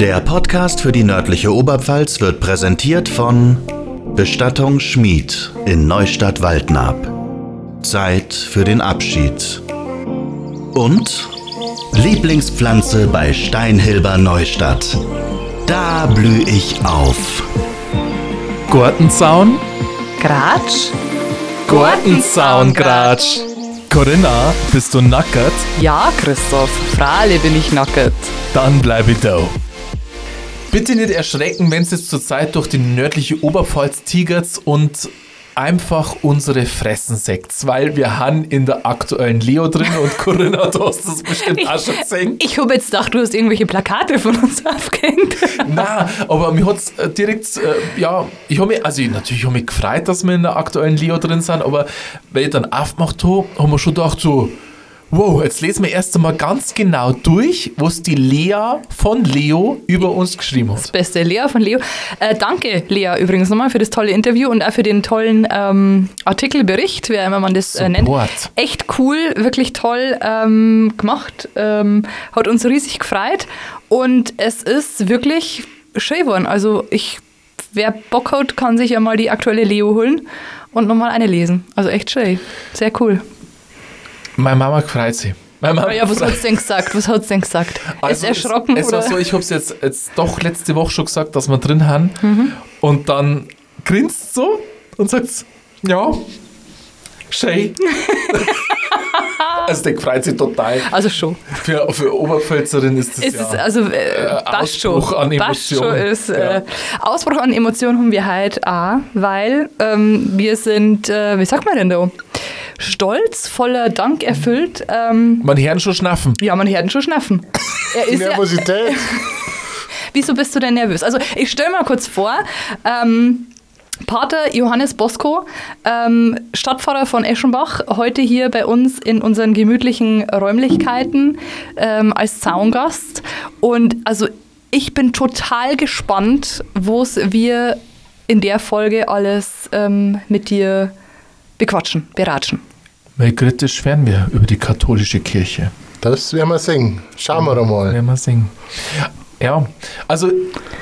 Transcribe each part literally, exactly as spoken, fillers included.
Der Podcast für die nördliche Oberpfalz wird präsentiert von Bestattung Schmied in Neustadt-Waldnab. Zeit für den Abschied. Und Lieblingspflanze bei Steinhilber Neustadt. Da blüh ich auf. Gurtenzaun? Gratsch? Gurtenzaun, Gratsch. Corinna, bist du nackert? Ja, Christoph, freilich bin ich nackert. Dann bleib ich da. Bitte nicht erschrecken, wenn es jetzt zurzeit durch die nördliche Oberpfalz tigert und einfach unsere Fressen seht, weil wir haben in der aktuellen Leo drin und Corinna, du hast das bestimmt Ich, auch schon gesehen. ich habe jetzt gedacht, du hast irgendwelche Plakate von uns aufgehängt. Nein, aber mir hat es direkt, äh, ja, ich habe mich, also ich, natürlich habe mich gefreut, dass wir in der aktuellen Leo drin sind, aber weil ich dann aufgemacht habe, haben wir schon gedacht so, wow, jetzt lesen wir erst einmal ganz genau durch, was die Lea von Leo über uns geschrieben hat. Das beste, Lea von Leo. Äh, danke, Lea, übrigens nochmal für das tolle Interview und auch für den tollen ähm, Artikelbericht, wie immer man das äh, nennt. Echt cool, wirklich toll ähm, gemacht. Ähm, hat uns riesig gefreut und es ist wirklich schön geworden. Also ich, wer Bock hat, kann sich ja mal die aktuelle Leo holen und nochmal eine lesen. Also echt schön. Sehr cool. Meine Mama freut sich. Meine Mama ja, was hat sie denn gesagt? Was hat sie denn gesagt? Also ist erschrocken, es, es oder? war so, ich habe es jetzt, jetzt doch letzte Woche schon gesagt, dass wir drin haben. Mhm. Und dann grinst so und sagt, ja, schön. Also der freut sich total. Also schon. Für, für Oberpfälzerin ist das ist ja es, also, äh, Ausbruch schon. an Emotionen. Schon ist, ja. äh, Ausbruch an Emotionen haben wir heute auch, weil ähm, wir sind, äh, wie sagt man denn da? Stolz, voller Dank erfüllt. Ähm, man hört ihn schon schnaffen. Ja, man hört ihn schon schnaffen. Er ist Nervosität. Ja, wieso bist du denn nervös? Also ich stelle mal kurz vor, ähm, Pater Johannes Bosco, ähm, Stadtpfarrer von Eschenbach, heute hier bei uns in unseren gemütlichen Räumlichkeiten ähm, als Zaungast. Und also ich bin total gespannt, wo es wir in der Folge alles ähm, mit dir bequatschen, beratschen. Weil kritisch werden wir über die katholische Kirche. Das werden wir singen. Schauen wir mal. Werden wir singen. Ja, also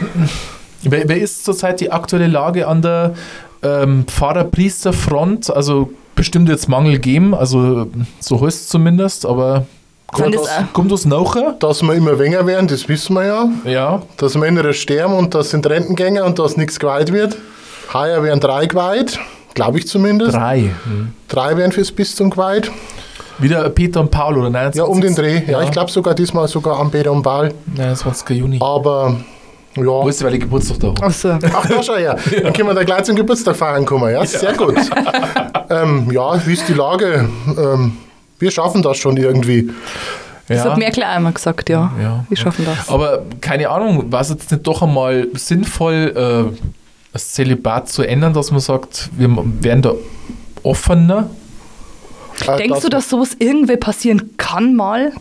wer, wer ist zurzeit die aktuelle Lage an der ähm, Pfarrer-Priester-Front? Also bestimmt jetzt Mangel geben, also so heißt es zumindest, aber kommt das, kommt das nachher? Dass wir immer weniger werden, das wissen wir ja. Ja. Dass Männer sterben und das sind Rentengänger und dass nichts geweiht wird. Heuer werden drei geweiht. Glaube ich zumindest. Drei. Mhm. Drei werden fürs Bistum geweiht. Wieder Peter und Paul, oder nein? Ja, um den Dreh. Ja, ja. Ich glaube sogar diesmal sogar am Peter und Paul. neunundzwanzigsten Juni. Aber, ja. Wo ist weil ich Geburtstag da habe? Ach so. Ach, da schau her. Ja. Dann können wir da gleich zum Geburtstag feiern kommen. Ja, sehr ja. gut. ähm, ja, wie ist die Lage? Ähm, wir schaffen das schon irgendwie. Das ja. hat Merkel einmal gesagt, ja. ja. Wir schaffen das. Aber keine Ahnung, war es jetzt nicht doch einmal sinnvoll, äh, das Zölibat zu ändern, dass man sagt, wir werden da offener? Denkst das du, dass sowas irgendwie passieren kann mal?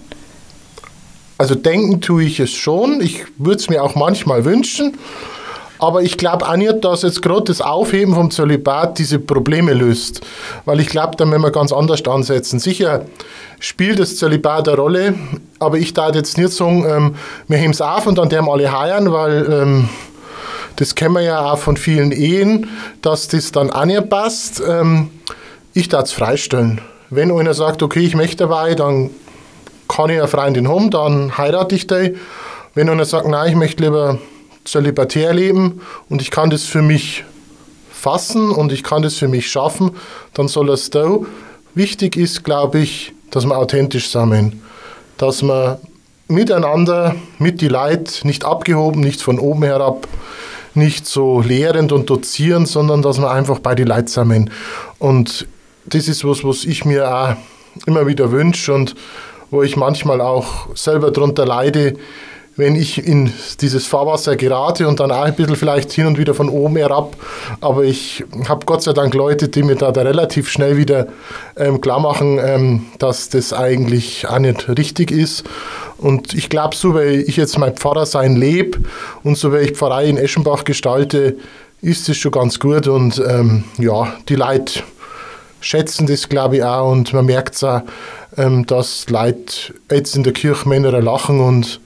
Also denken tue ich es schon. Ich würde es mir auch manchmal wünschen. Aber ich glaube auch nicht, dass jetzt gerade das Aufheben vom Zölibat diese Probleme löst. Weil ich glaube, da müssen wir ganz anders ansetzen. Sicher spielt das Zölibat eine Rolle, aber ich darf jetzt nicht sagen, ähm, wir heben es auf und dann dürfen alle heiern, weil ähm, das kennen wir ja auch von vielen Ehen, dass das dann auch nicht passt. Ähm, ich darf es freistellen. Wenn einer sagt, okay, ich möchte dabei, dann kann ich eine Freundin haben, dann heirate ich die. Wenn einer sagt, nein, ich möchte lieber zölibatär leben und ich kann das für mich fassen und ich kann das für mich schaffen, dann soll er es da. Wichtig ist, glaube ich, dass wir authentisch sind. Dass wir miteinander, mit die Leute, nicht abgehoben, nicht von oben herab, nicht so lehrend und dozierend, sondern dass wir einfach bei die Leute sind. Und das ist was, was ich mir auch immer wieder wünsche und wo ich manchmal auch selber darunter leide, wenn ich in dieses Fahrwasser gerate und dann auch ein bisschen vielleicht hin und wieder von oben herab. Aber ich habe Gott sei Dank Leute, die mir da, da relativ schnell wieder ähm, klar machen, ähm, dass das eigentlich auch nicht richtig ist. Und ich glaube, so wie ich jetzt mein Pfarrersein lebe und so wie ich Pfarrei in Eschenbach gestalte, ist es schon ganz gut. Und ähm, ja, die Leute schätzen das, glaube ich, auch. Und man merkt es auch, ähm, dass Leute jetzt in der Kirche Männer lachen und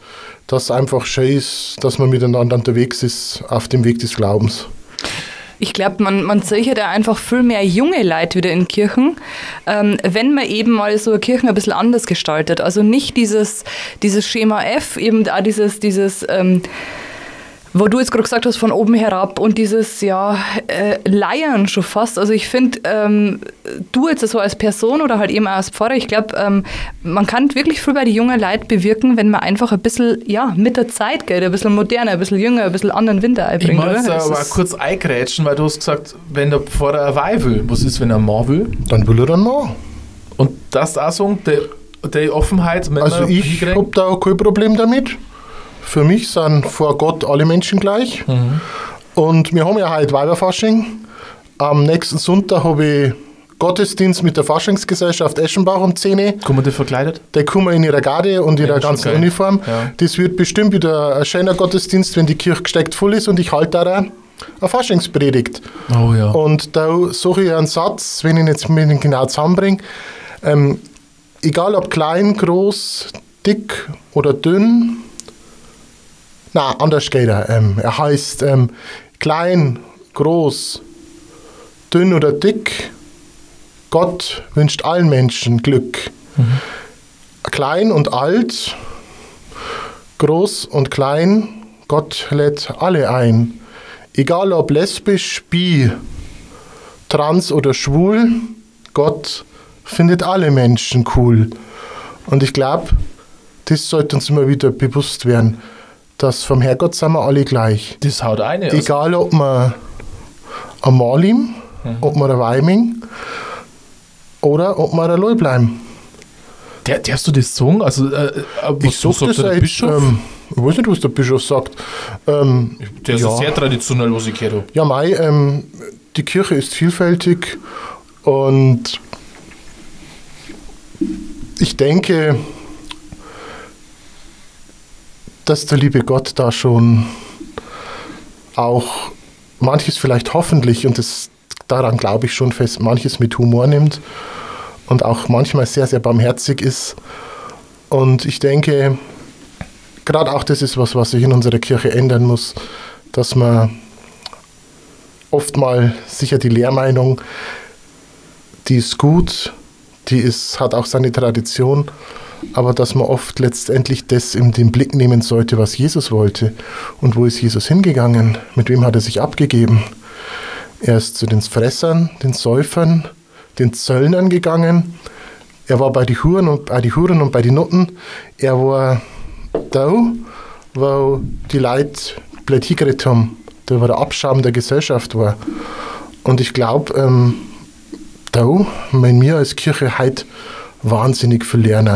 dass es einfach schön ist, dass man miteinander unterwegs ist auf dem Weg des Glaubens. Ich glaube, man, man sieht ja einfach viel mehr junge Leute wieder in Kirchen, ähm, wenn man eben mal so eine Kirche ein bisschen anders gestaltet. Also nicht dieses, dieses Schema F, eben auch dieses, dieses ähm, wo du jetzt gerade gesagt hast, von oben herab und dieses, ja, äh, Leiern schon fast. Also ich finde, ähm, du jetzt so als Person oder halt eben auch als Pfarrer, ich glaube, ähm, man kann wirklich viel bei den jungen Leuten bewirken, wenn man einfach ein bisschen, ja, mit der Zeit geht, ein bisschen moderner, ein bisschen jünger, ein bisschen anderen Winter einbringt. Ich muss aber auch kurz eingrätschen, weil du hast gesagt, wenn der Pfarrer ein Weih will, was ist, wenn er ein Mann will? Dann will er einen Mann. Und das auch sagen, die, die Offenheit, Männer Also ich hinkriegen? habe da auch kein Problem damit. Für mich sind vor Gott alle Menschen gleich. Mhm. Und wir haben ja heute Weiberfasching. Am nächsten Sonntag habe ich Gottesdienst mit der Faschingsgesellschaft Eschenbach um zehn Uhr. Kommen die verkleidet? Die kommen in ihrer Garde und ihrer Ja, ganzen geil. Uniform. Ja. Das wird bestimmt wieder ein schöner Gottesdienst, wenn die Kirche gesteckt voll ist und ich halte da eine Faschingspredigt. Oh ja. Und da suche ich einen Satz, wenn ich ihn jetzt mit genau zusammenbringe. Ähm, egal ob klein, groß, dick oder dünn. Nein, anders geht er. Ähm, er heißt ähm, klein, groß, dünn oder dick. Gott wünscht allen Menschen Glück. Mhm. Klein und alt, groß und klein, Gott lädt alle ein. Egal ob lesbisch, bi, trans oder schwul, Gott findet alle Menschen cool. Und ich glaube, das sollte uns immer wieder bewusst werden, dass vom Herrgott sind wir alle gleich. Das haut eine. Also Egal ob man ein Malim, mhm. ob man ein Weiming oder ob man ein Leubleim. Der, der hast du das gesungen? Also, äh, was Ich sag das der seit, Bischof? ähm, ich weiß nicht, was der Bischof sagt. Ähm, der ist ja. ja sehr traditionell, was ich gehört habe. Ja, mei, ähm, die Kirche ist vielfältig und ich denke, dass der liebe Gott da schon auch manches vielleicht hoffentlich, und das, daran glaube ich schon fest, manches mit Humor nimmt und auch manchmal sehr, sehr barmherzig ist. Und ich denke, gerade auch das ist was, was sich in unserer Kirche ändern muss, dass man oft mal sicher die Lehrmeinung, die ist gut, die ist, hat auch seine Tradition, aber dass man oft letztendlich das in den Blick nehmen sollte, was Jesus wollte. Und wo ist Jesus hingegangen? Mit wem hat er sich abgegeben? Er ist zu den Fressern, den Säufern, den Zöllnern gegangen. Er war bei den Huren und bei den Huren und bei den Nutten. Er war da, wo die Leute blöd hingeredet haben, da wo der Abschaum der Gesellschaft war. Und ich glaube, ähm, da, wenn wir als Kirche heute wahnsinnig viel lernen.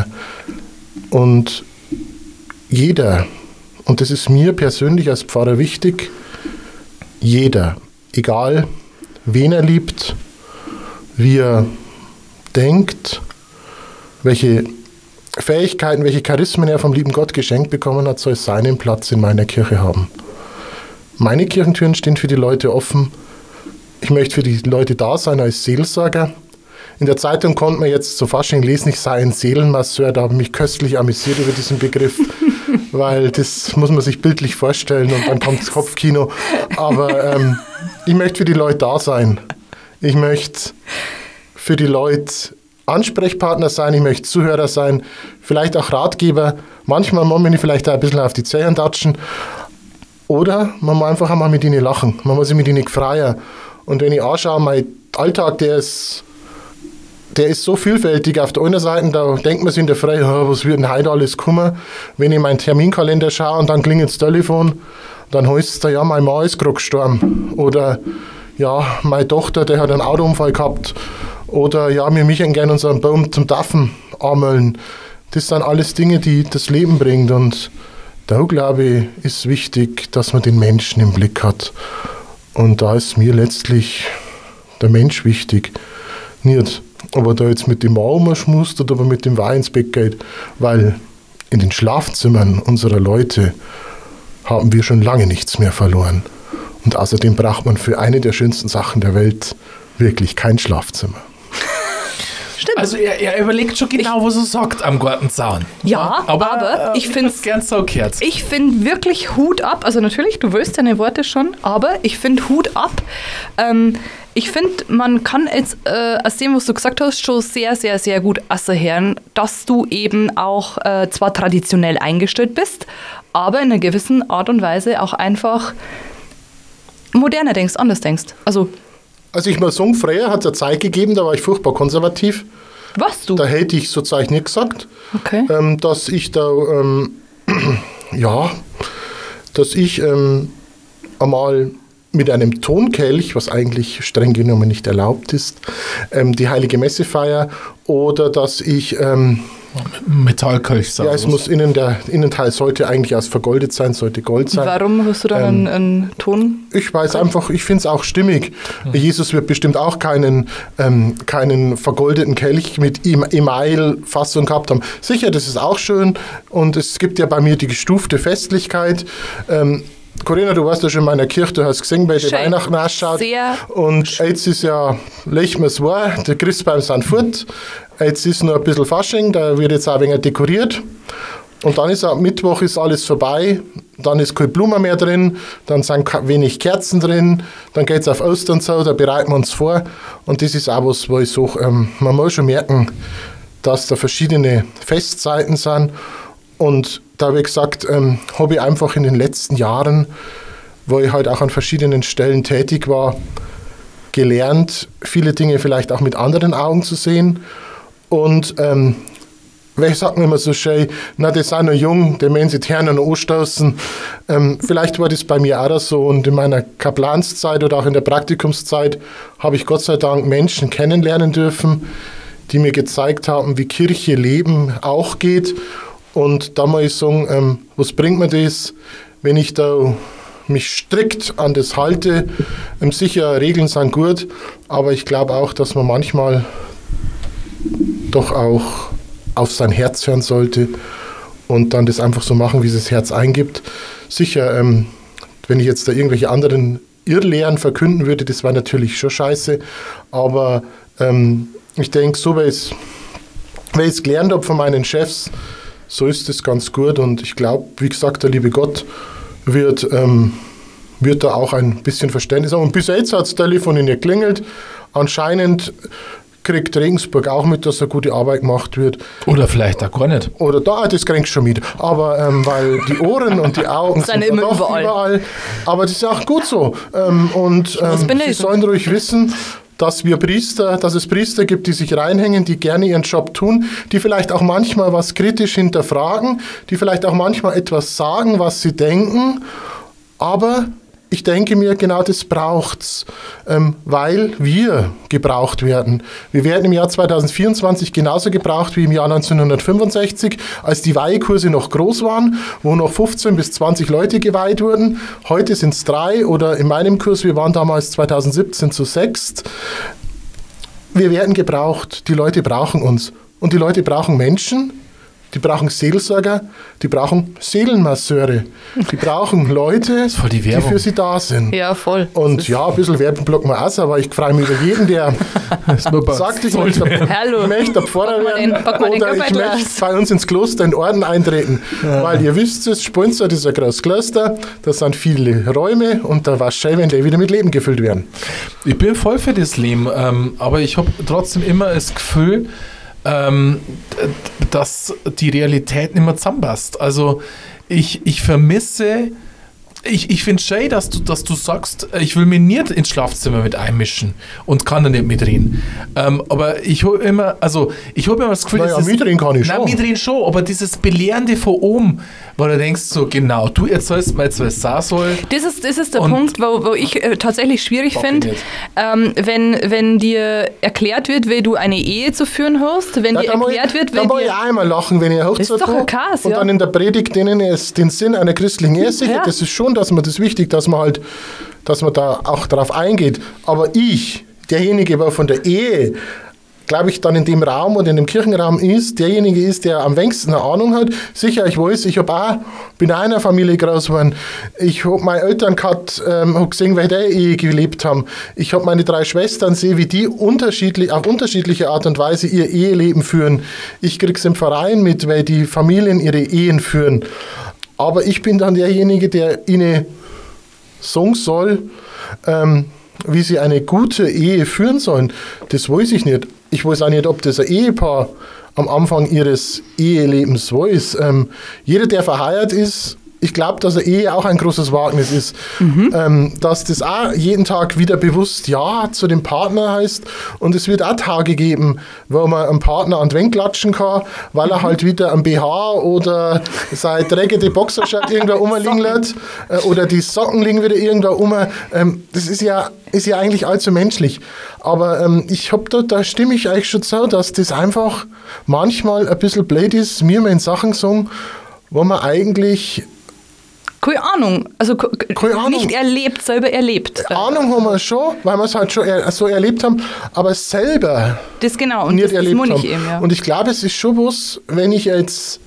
Und jeder, und das ist mir persönlich als Pfarrer wichtig, jeder, egal wen er liebt, wie er denkt, welche Fähigkeiten, welche Charismen er vom lieben Gott geschenkt bekommen hat, soll seinen Platz in meiner Kirche haben. Meine Kirchentüren stehen für die Leute offen. Ich möchte für die Leute da sein als Seelsorger. In der Zeitung konnte man jetzt zu Fasching lesen, ich sei ein Seelenmasseur, da habe ich mich köstlich amüsiert über diesen Begriff, weil das muss man sich bildlich vorstellen und dann kommt das Kopfkino. Aber ähm, ich möchte für die Leute da sein. Ich möchte für die Leute Ansprechpartner sein, ich möchte Zuhörer sein, vielleicht auch Ratgeber. Manchmal muss man vielleicht auch ein bisschen auf die Zehen tatschen. Oder man muss einfach einmal mit ihnen lachen, man muss sich mit ihnen freuen. Und wenn ich anschaue, mein Alltag, der ist... Der ist so vielfältig. Auf der einen Seite, da denkt man sich in der Früh, oh, was wird denn heute alles kommen? Wenn ich meinen Terminkalender schaue und dann klingelt das Telefon, dann heißt es da, ja, mein Mann ist gerade gestorben. Oder, ja, meine Tochter, die hat einen Autounfall gehabt. Oder, ja, wir möchten gerne unseren Baum zum Daffen anmelden. Das sind alles Dinge, die das Leben bringt. Und da, glaube ich, ist wichtig, dass man den Menschen im Blick hat. Und da ist mir letztlich der Mensch wichtig. Nicht, ob er da jetzt mit dem Mann schmust oder ob er mit dem Wein ins Bett geht. Weil in den Schlafzimmern unserer Leute haben wir schon lange nichts mehr verloren. Und außerdem braucht man für eine der schönsten Sachen der Welt wirklich kein Schlafzimmer. Stimmt. Also er, er überlegt schon genau, was er sagt am Gartenzaun. Ja, aber, aber äh, ich finde es gern so gehört. Ich finde wirklich Hut ab. Also natürlich, du willst deine Worte schon, aber ich finde Hut ab. Ähm, ich finde, man kann jetzt äh, aus dem, was du gesagt hast, schon sehr, sehr, sehr gut asserhören, dass du eben auch äh, zwar traditionell eingestellt bist, aber in einer gewissen Art und Weise auch einfach moderner denkst, anders denkst. Also, Also ich muss sagen, früher hat es eine Zeit gegeben, da war ich furchtbar konservativ. was du? Da hätte ich sozusagen nicht gesagt, Okay. ähm, dass ich da, ähm, ja, dass ich ähm, einmal mit einem Tonkelch, was eigentlich streng genommen nicht erlaubt ist, ähm, die Heilige Messe feiere, oder dass ich, ähm, Metallkelch. ja, es muss innen, der Innenteil sollte eigentlich aus vergoldet sein, sollte Gold sein. Warum hast du dann Ähm, einen, einen Ton? Ich weiß einfach, ich finde es auch stimmig. Jesus wird bestimmt auch keinen, ähm, keinen vergoldeten Kelch mit Em- Email-Fassung gehabt haben. Sicher, das ist auch schön und es gibt ja bei mir die gestufte Festlichkeit. Ähm, Corinna, du warst ja schon in meiner Kirche, du hast gesehen, bei der Schön. Weihnachten ausschaut. Sehr Und jetzt ist ja, lech mir's war, der Christbaum sind fort. Jetzt ist noch ein bisschen Fasching, da wird jetzt auch ein wenig dekoriert. Und dann ist am Mittwoch ist alles vorbei, dann ist keine Blume mehr drin, dann sind ke- wenig Kerzen drin, dann geht es auf Ostern so, da bereiten wir uns vor. Und das ist auch was, wo ich sage, ähm, man muss schon merken, dass da verschiedene Festzeiten sind. Und da habe ich gesagt, ähm, habe ich einfach in den letzten Jahren, wo ich halt auch an verschiedenen Stellen tätig war, gelernt, viele Dinge vielleicht auch mit anderen Augen zu sehen. Und ähm, weil ich sage immer so schön, na, die sind noch jung, die müssen sich die Herne noch anstoßen. Ähm, vielleicht war das bei mir auch so und in meiner Kaplanszeit oder auch in der Praktikumszeit habe ich Gott sei Dank Menschen kennenlernen dürfen, die mir gezeigt haben, wie Kirche leben auch geht. Und da muss ich sagen, ähm, was bringt mir das, wenn ich da mich strikt an das halte? Ähm, sicher, Regeln sind gut, aber ich glaube auch, dass man manchmal doch auch auf sein Herz hören sollte und dann das einfach so machen, wie es das Herz eingibt. Sicher, ähm, wenn ich jetzt da irgendwelche anderen Irrlehren verkünden würde, das war natürlich schon scheiße, aber ähm, ich denke, so, weil ich es gelernt habe von meinen Chefs, so ist es ganz gut und ich glaube, wie gesagt, der liebe Gott wird, ähm, wird da auch ein bisschen Verständnis haben. Und bis jetzt hat das Telefon nicht geklingelt. Anscheinend kriegt Regensburg auch mit, dass eine gute Arbeit gemacht wird. Oder vielleicht auch gar nicht. Oder da, das kriegst du schon mit. Aber ähm, weil die Ohren und die Augen Sind sind immer doch überall. überall. Aber das ist auch gut so. Ähm, und ähm, bin sie ich? sollen ruhig wissen, dass wir Priester, dass es Priester gibt, die sich reinhängen, die gerne ihren Job tun, die vielleicht auch manchmal was kritisch hinterfragen, die vielleicht auch manchmal etwas sagen, was sie denken, aber ich denke mir, genau das braucht's, ähm, weil wir gebraucht werden. Wir werden im Jahr zweitausendvierundzwanzig genauso gebraucht wie im Jahr neunzehnhundertfünfundsechzig, als die Weihekurse noch groß waren, wo noch fünfzehn bis zwanzig Leute geweiht wurden. Heute sind es drei oder in meinem Kurs, wir waren damals zweitausendsiebzehn zu sechst. Wir werden gebraucht, die Leute brauchen uns. Und die Leute brauchen Menschen, die brauchen Seelsorger, die brauchen Seelenmasseure, die brauchen Leute, voll die die Werbung. für sie da sind. Ja, voll. Und ja, ein bisschen Werbung blocken wir aus, aber ich freue mich über jeden, der sagt, ich möchte, Hallo. ich möchte der Pfarrer Pack mal werden den- pack mal den oder ich Köpfel möchte raus. bei uns ins Kloster in den Orden eintreten. Weil ihr wisst es, Sponsor ist ein großes Kloster, da sind viele Räume und da war es schön, wenn die wieder mit Leben gefüllt werden. Ich bin voll für das Leben, ähm, aber ich habe trotzdem immer das Gefühl, ähm, d- dass die Realität nicht mehr zusammenpasst. Also ich, ich vermisse, ich, ich finde es schön, dass du, dass du sagst, ich will mich nicht ins Schlafzimmer mit einmischen und kann da nicht mitreden. Ähm, aber ich habe immer, also ich habe immer das Gefühl, Naja, das ist- mitreden kann ich Nein, schon. mitreden schon, aber dieses Belehrende von oben, wo du denkst so, genau, du erzählst mir jetzt, was es sein soll. Das ist, das ist der Und- Punkt, wo, wo ich äh, tatsächlich schwierig Bock ich finde, nicht. ähm, wenn, wenn dir erklärt wird, wie du eine Ehe zu führen hast, wenn Ja, dir da muss ich- erklärt wird, da wie muss ich dir... auch einmal lachen, wenn ich eine ist Hochzeit doch ein habe Chaos, und ja. dann in der Predigt denen es den Sinn einer christlichen Ehe sichert. Ja. Das ist schon, dass man das wichtig, dass man halt, dass man da auch drauf eingeht. Aber ich, derjenige, der von der Ehe glaube ich, dann in dem Raum oder in dem Kirchenraum ist, derjenige ist, der am wenigsten eine Ahnung hat. Sicher, ich weiß, ich hab auch, bin auch in einer Familie groß geworden. Ich habe meine Eltern gehabt, ähm, habe gesehen, wie die Ehe gelebt haben. Ich habe meine drei Schwestern, sehe, wie die unterschiedlich, auf unterschiedliche Art und Weise ihr Eheleben führen. Ich kriege es im Verein mit, weil die Familien ihre Ehen führen. Aber ich bin dann derjenige, der ihnen sagen soll, ähm, wie sie eine gute Ehe führen sollen. Das weiß ich nicht. Ich weiß auch nicht, ob das ein Ehepaar am Anfang ihres Ehelebens weiß. Ähm, jeder, der verheiratet ist, ich glaube, dass eine Ehe auch ein großes Wagnis ist. Mhm. Ähm, dass das auch jeden Tag wieder bewusst Ja zu dem Partner heißt. Und es wird auch Tage geben, wo man einen Partner an die Wand klatschen kann, weil er mhm. halt wieder am B H oder sein dreckige Boxershort irgendwo rumliegen lässt. Äh, oder die Socken liegen wieder irgendwo rum. Ähm, das ist ja, ist ja eigentlich allzu menschlich. Aber ähm, ich hab da, da stimme ich eigentlich schon so, dass das einfach manchmal ein bisschen blöd ist, mir mal in Sachen sagen, wo man eigentlich... Keine Ahnung, also Keine Ahnung. Nicht erlebt, selber erlebt. Ahnung haben wir schon, weil wir es halt schon er, so erlebt haben, aber selber das genau, und nicht das, erlebt das haben. Eben, ja. Und ich glaube, es ist schon was, wenn ich jetzt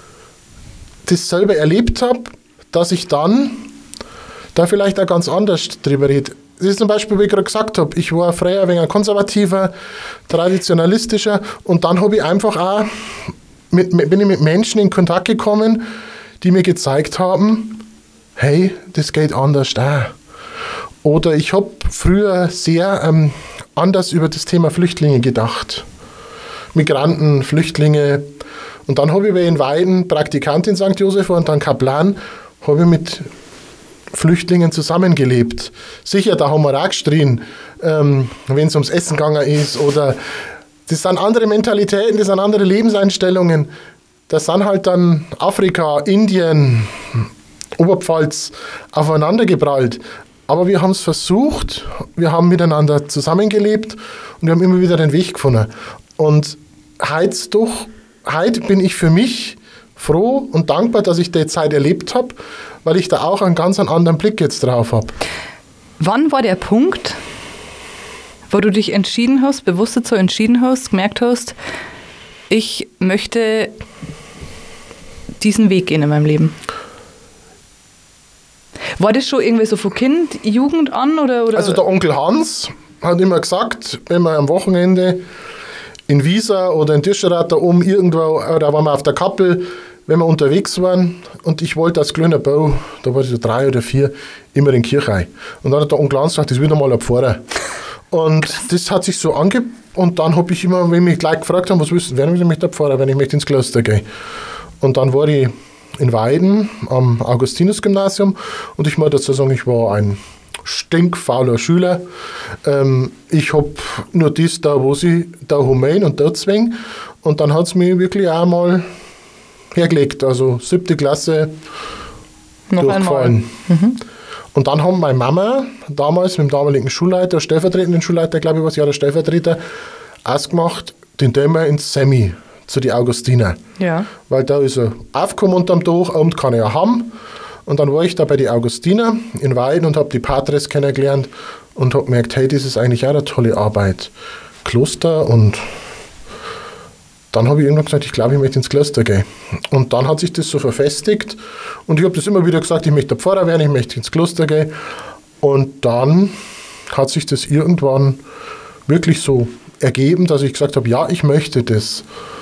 das selber erlebt habe, dass ich dann da vielleicht auch ganz anders drüber rede. Das ist zum Beispiel, wie ich gerade gesagt habe, ich war früher ein wenig konservativer, traditionalistischer und dann habe ich einfach auch, mit, bin ich mit Menschen in Kontakt gekommen, die mir gezeigt haben, hey, das geht anders da. Oder ich habe früher sehr ähm, anders über das Thema Flüchtlinge gedacht. Migranten, Flüchtlinge. Und dann habe ich in Weiden Praktikant in Sankt Joseph und dann Kaplan, habe ich mit Flüchtlingen zusammengelebt. Sicher, da haben wir auch gestritten, ähm, wenn es ums Essen gegangen ist. Oder das sind andere Mentalitäten, das sind andere Lebenseinstellungen. Das sind halt dann Afrika, Indien, Oberpfalz aufeinandergeprallt. Aber wir haben es versucht, wir haben miteinander zusammengelebt und wir haben immer wieder den Weg gefunden. Und heute, doch, heute bin ich für mich froh und dankbar, dass ich die Zeit erlebt habe, weil ich da auch einen ganz anderen Blick jetzt drauf habe. Wann war der Punkt, wo du dich entschieden hast, bewusst dazu entschieden hast, gemerkt hast, ich möchte diesen Weg gehen in meinem Leben? War das schon irgendwie so von Kind, Jugend an? Oder, oder? Also der Onkel Hans hat immer gesagt, wenn wir am Wochenende in Wiesa oder in Tischerath da oben irgendwo, da waren wir auf der Kappel, wenn wir unterwegs waren und ich wollte als kleiner Bau, da war ich so drei oder vier, immer in die Kirche rein. Und dann hat der Onkel Hans gesagt, das wird einmal ein Pfarrer. Und Krass. Das hat sich so ange... Und dann habe ich immer, wenn mich gleich gefragt haben, was willst du werden, will ich mich da Pfarrer, wenn ich möchte ins Kloster gehen. Und dann war ich in Weiden am Augustinus-Gymnasium und ich muss dazu sagen, ich war ein stinkfauler Schüler. Ähm, ich habe nur das da, wo sie da Humain und da zwingen. Und dann hat es mich wirklich auch mal hergelegt. Also siebte Klasse noch durchgefallen. Mhm. Und dann haben meine Mama damals mit dem damaligen Schulleiter, stellvertretenden Schulleiter, glaube ich, was ja der Stellvertreter, ausgemacht, den tun wir ins Semi zu den Augustiner. Ja. Weil da ist er aufgekommen unterm Dach, Amt kann er ja haben. Und dann war ich da bei den Augustiner in Weiden und habe die Patres kennengelernt und habe gemerkt, hey, das ist eigentlich auch eine tolle Arbeit. Kloster und dann habe ich irgendwann gesagt, ich glaube, ich möchte ins Kloster gehen. Und dann hat sich das so verfestigt und ich habe das immer wieder gesagt, ich möchte Pfarrer werden, ich möchte ins Kloster gehen. Und dann hat sich das irgendwann wirklich so ergeben, dass ich gesagt habe, ja, ich möchte das.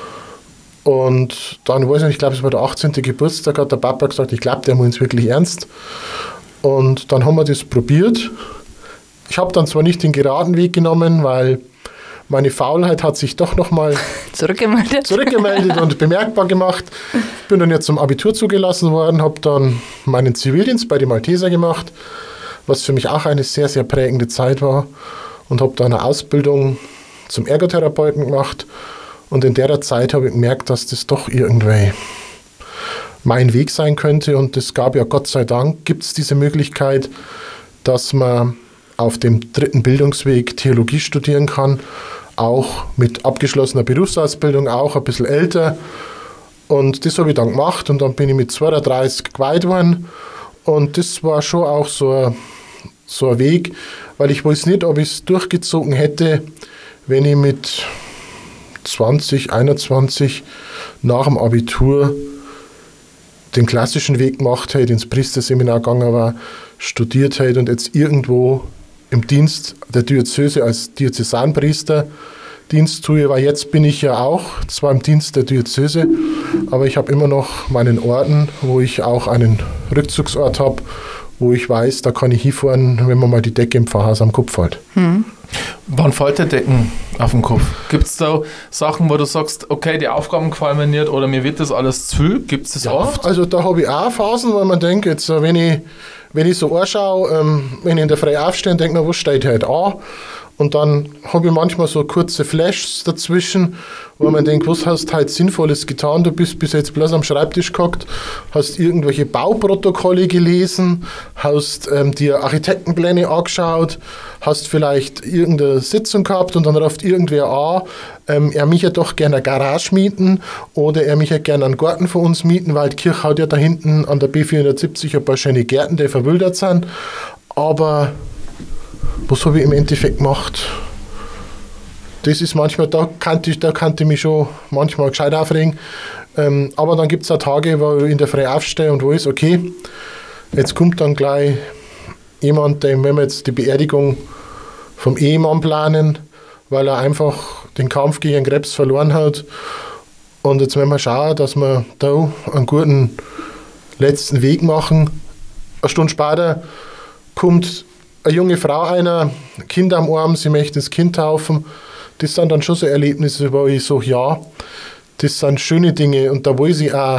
Und dann weiß ich nicht, ich glaube, es war der achtzehnte Geburtstag, hat der Papa gesagt, ich glaube, der meint es wirklich ernst. Und dann haben wir das probiert. Ich habe dann zwar nicht den geraden Weg genommen, weil meine Faulheit hat sich doch nochmal zurückgemeldet. zurückgemeldet und bemerkbar gemacht. Ich bin dann jetzt zum Abitur zugelassen worden, habe dann meinen Zivildienst bei den Malteser gemacht, was für mich auch eine sehr, sehr prägende Zeit war. Und habe dann eine Ausbildung zum Ergotherapeuten gemacht. Und in der Zeit habe ich gemerkt, dass das doch irgendwie mein Weg sein könnte. Und es gab ja, Gott sei Dank, gibt es diese Möglichkeit, dass man auf dem dritten Bildungsweg Theologie studieren kann, auch mit abgeschlossener Berufsausbildung, auch ein bisschen älter. Und das habe ich dann gemacht und dann bin ich mit zweiunddreißig geweiht worden. Und das war schon auch so ein, so ein Weg, weil ich weiß nicht, ob ich es durchgezogen hätte, wenn ich mit zwanzig, einundzwanzig nach dem Abitur den klassischen Weg gemacht hätte, ins Priesterseminar gegangen war, studiert hätte und jetzt irgendwo im Dienst der Diözese als Diözesanpriester Dienst tue, weil jetzt bin ich ja auch zwar im Dienst der Diözese, aber ich habe immer noch meinen Orden, wo ich auch einen Rückzugsort habe, wo ich weiß, da kann ich hinfahren, wenn mir mal die Decke im Pfarrhaus am Kopf fällt. Hm. Wann fällt der Decken auf den Kopf? Gibt es da Sachen, wo du sagst, okay, die Aufgaben gefallen mir nicht oder mir wird das alles zu viel? Gibt es das Ja, oft? also da habe ich auch Phasen, weil man denkt, jetzt, wenn ich, wenn ich so anschaue, ähm, wenn ich in der Früh aufstehe und denke, na, was steht heute an? Und dann habe ich manchmal so kurze Flashs dazwischen, wo man denkt, was hast du heute Sinnvolles getan? Du bist bis jetzt bloß am Schreibtisch gehockt, hast irgendwelche Bauprotokolle gelesen, hast ähm, dir Architektenpläne angeschaut, hast vielleicht irgendeine Sitzung gehabt und dann ruft irgendwer an, ähm, er mich ja doch gerne eine Garage mieten oder er mich ja gerne einen Garten von uns mieten, weil die Kirche hat ja da hinten an der B vierhundertsiebzig ein paar schöne Gärten, die verwildert sind. Aber was habe ich im Endeffekt gemacht? Das ist manchmal, da kannte ich, da kannte ich mich schon manchmal gescheit aufregen. Ähm, aber dann gibt es auch Tage, wo ich in der Früh aufstehe und wo ist, okay, jetzt kommt dann gleich jemand, dem, wenn wir jetzt die Beerdigung vom Ehemann planen, weil er einfach den Kampf gegen Krebs verloren hat. Und jetzt werden wir schauen, dass wir da einen guten letzten Weg machen. Eine Stunde später kommt eine junge Frau einer, Kind am Arm, sie möchte das Kind taufen. Das sind dann schon so Erlebnisse, wo ich so, ja, das sind schöne Dinge und da weiß ich auch,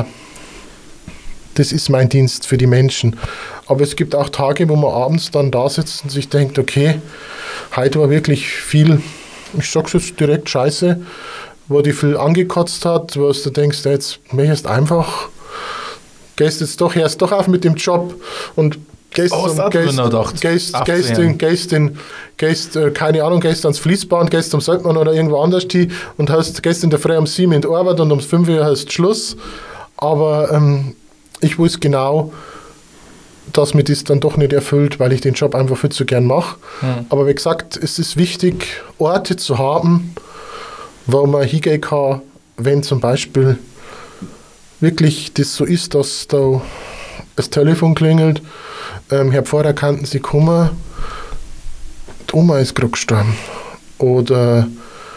das ist mein Dienst für die Menschen. Aber es gibt auch Tage, wo man abends dann da sitzt und sich denkt, okay, heute war wirklich viel, ich sag's jetzt direkt, Scheiße, wo die viel angekotzt hat, wo du denkst, jetzt möchtest einfach, gehst jetzt doch, hörst doch auf mit dem Job und gehst, Oh, zum, das hat gehst, man noch gedacht. gehst, achtzehn. gehst, in, gehst, in, gehst äh, keine Ahnung, gehst ans Fließband, gehst zum Saltmann oder irgendwo anders hin und hast, gehst in der Früh um sieben in die Arbeit und um fünf Uhr hast Schluss. Aber ähm, ich weiß genau, dass mir das dann doch nicht erfüllt, weil ich den Job einfach viel zu gern mache. Hm. Aber wie gesagt, es ist wichtig, Orte zu haben, wo man hingehen kann, wenn zum Beispiel wirklich das so ist, dass da das Telefon klingelt. Ähm, Herr Pfarrer, kannten Sie kommen? Die Oma ist gerade gestorben. Oder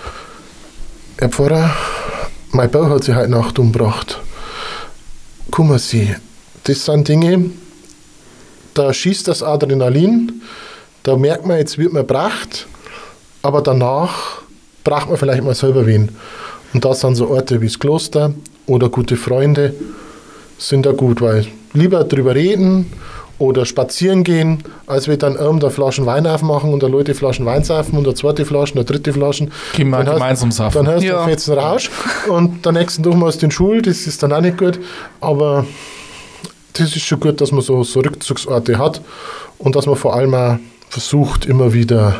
Herr Pfarrer, mein Bau hat sie heute Nacht umgebracht. Kommen Sie. Das sind Dinge, da schießt das Adrenalin, da merkt man, jetzt wird man gebracht, aber danach braucht man vielleicht mal selber wen. Und das sind so Orte wie das Kloster oder gute Freunde sind da gut, weil lieber drüber reden oder spazieren gehen, als wir dann irgendeine Flaschen Wein aufmachen und da Leute Flaschen Wein saufen und eine zweite Flasche, eine dritte Flasche. Gehen wir Dann gemeinsam hast, saufen. dann hast du Ja. einen fetzen Rausch und der nächsten Tag musst du in die Schule, das ist dann auch nicht gut, aber das ist schon gut, dass man so, so Rückzugsorte hat und dass man vor allem auch versucht, immer wieder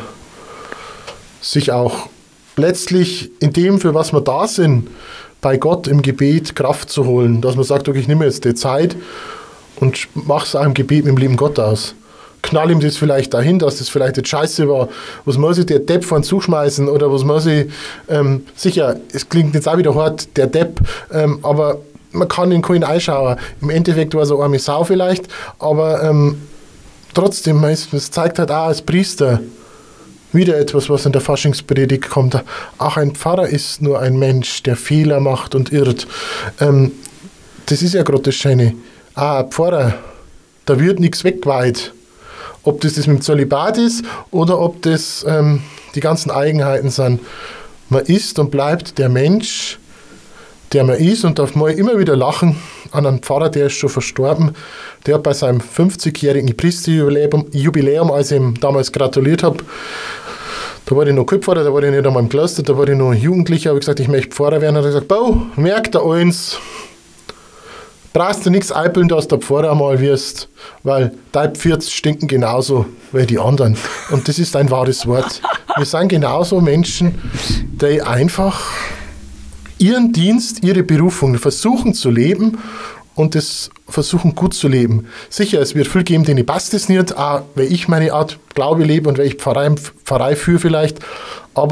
sich auch letztlich in dem, für was wir da sind, bei Gott im Gebet Kraft zu holen. Dass man sagt, okay, ich nehme jetzt die Zeit und mache es auch im Gebet mit dem lieben Gott aus. Knall ihm das vielleicht dahin, dass das vielleicht jetzt scheiße war. Was muss ich der Depp von zuschmeißen oder was muss ich, ähm, sicher, es klingt jetzt auch wieder hart, der Depp, ähm, aber man kann in keinen einschauen. Im Endeffekt war es eine arme Sau vielleicht, aber ähm, trotzdem, es, es zeigt halt auch als Priester wieder etwas, was in der Faschingspredigt kommt. Auch ein Pfarrer ist nur ein Mensch, der Fehler macht und irrt. Ähm, das ist ja gerade das Schöne. Ah, ein Pfarrer, da wird nichts weggeweiht. Ob das das mit dem Zölibat ist oder ob das ähm, die ganzen Eigenheiten sind. Man ist und bleibt der Mensch, der man ist und darf mal immer wieder lachen an einen Pfarrer, der ist schon verstorben. Der hat bei seinem fünfzigjährigen Priesterjubiläum, Jubiläum, als ich ihm damals gratuliert habe, da war ich noch kein Pfarrer, da war ich nicht einmal im Kloster, da war ich noch Jugendlicher, habe ich gesagt, ich möchte Pfarrer werden. Und er hat gesagt, Bau, merk dir eins, brauchst du nichts eipeln, dass du Pfarrer mal wirst, weil deine Pfirz stinken genauso wie die anderen. Und das ist ein wahres Wort. Wir sind genauso Menschen, die einfach ihren Dienst, ihre Berufung versuchen zu leben und das versuchen gut zu leben. Sicher, es wird viel geben, denen passt es nicht, auch weil ich meine Art Glaube lebe und weil ich Pfarrei, Pfarrei führe vielleicht, aber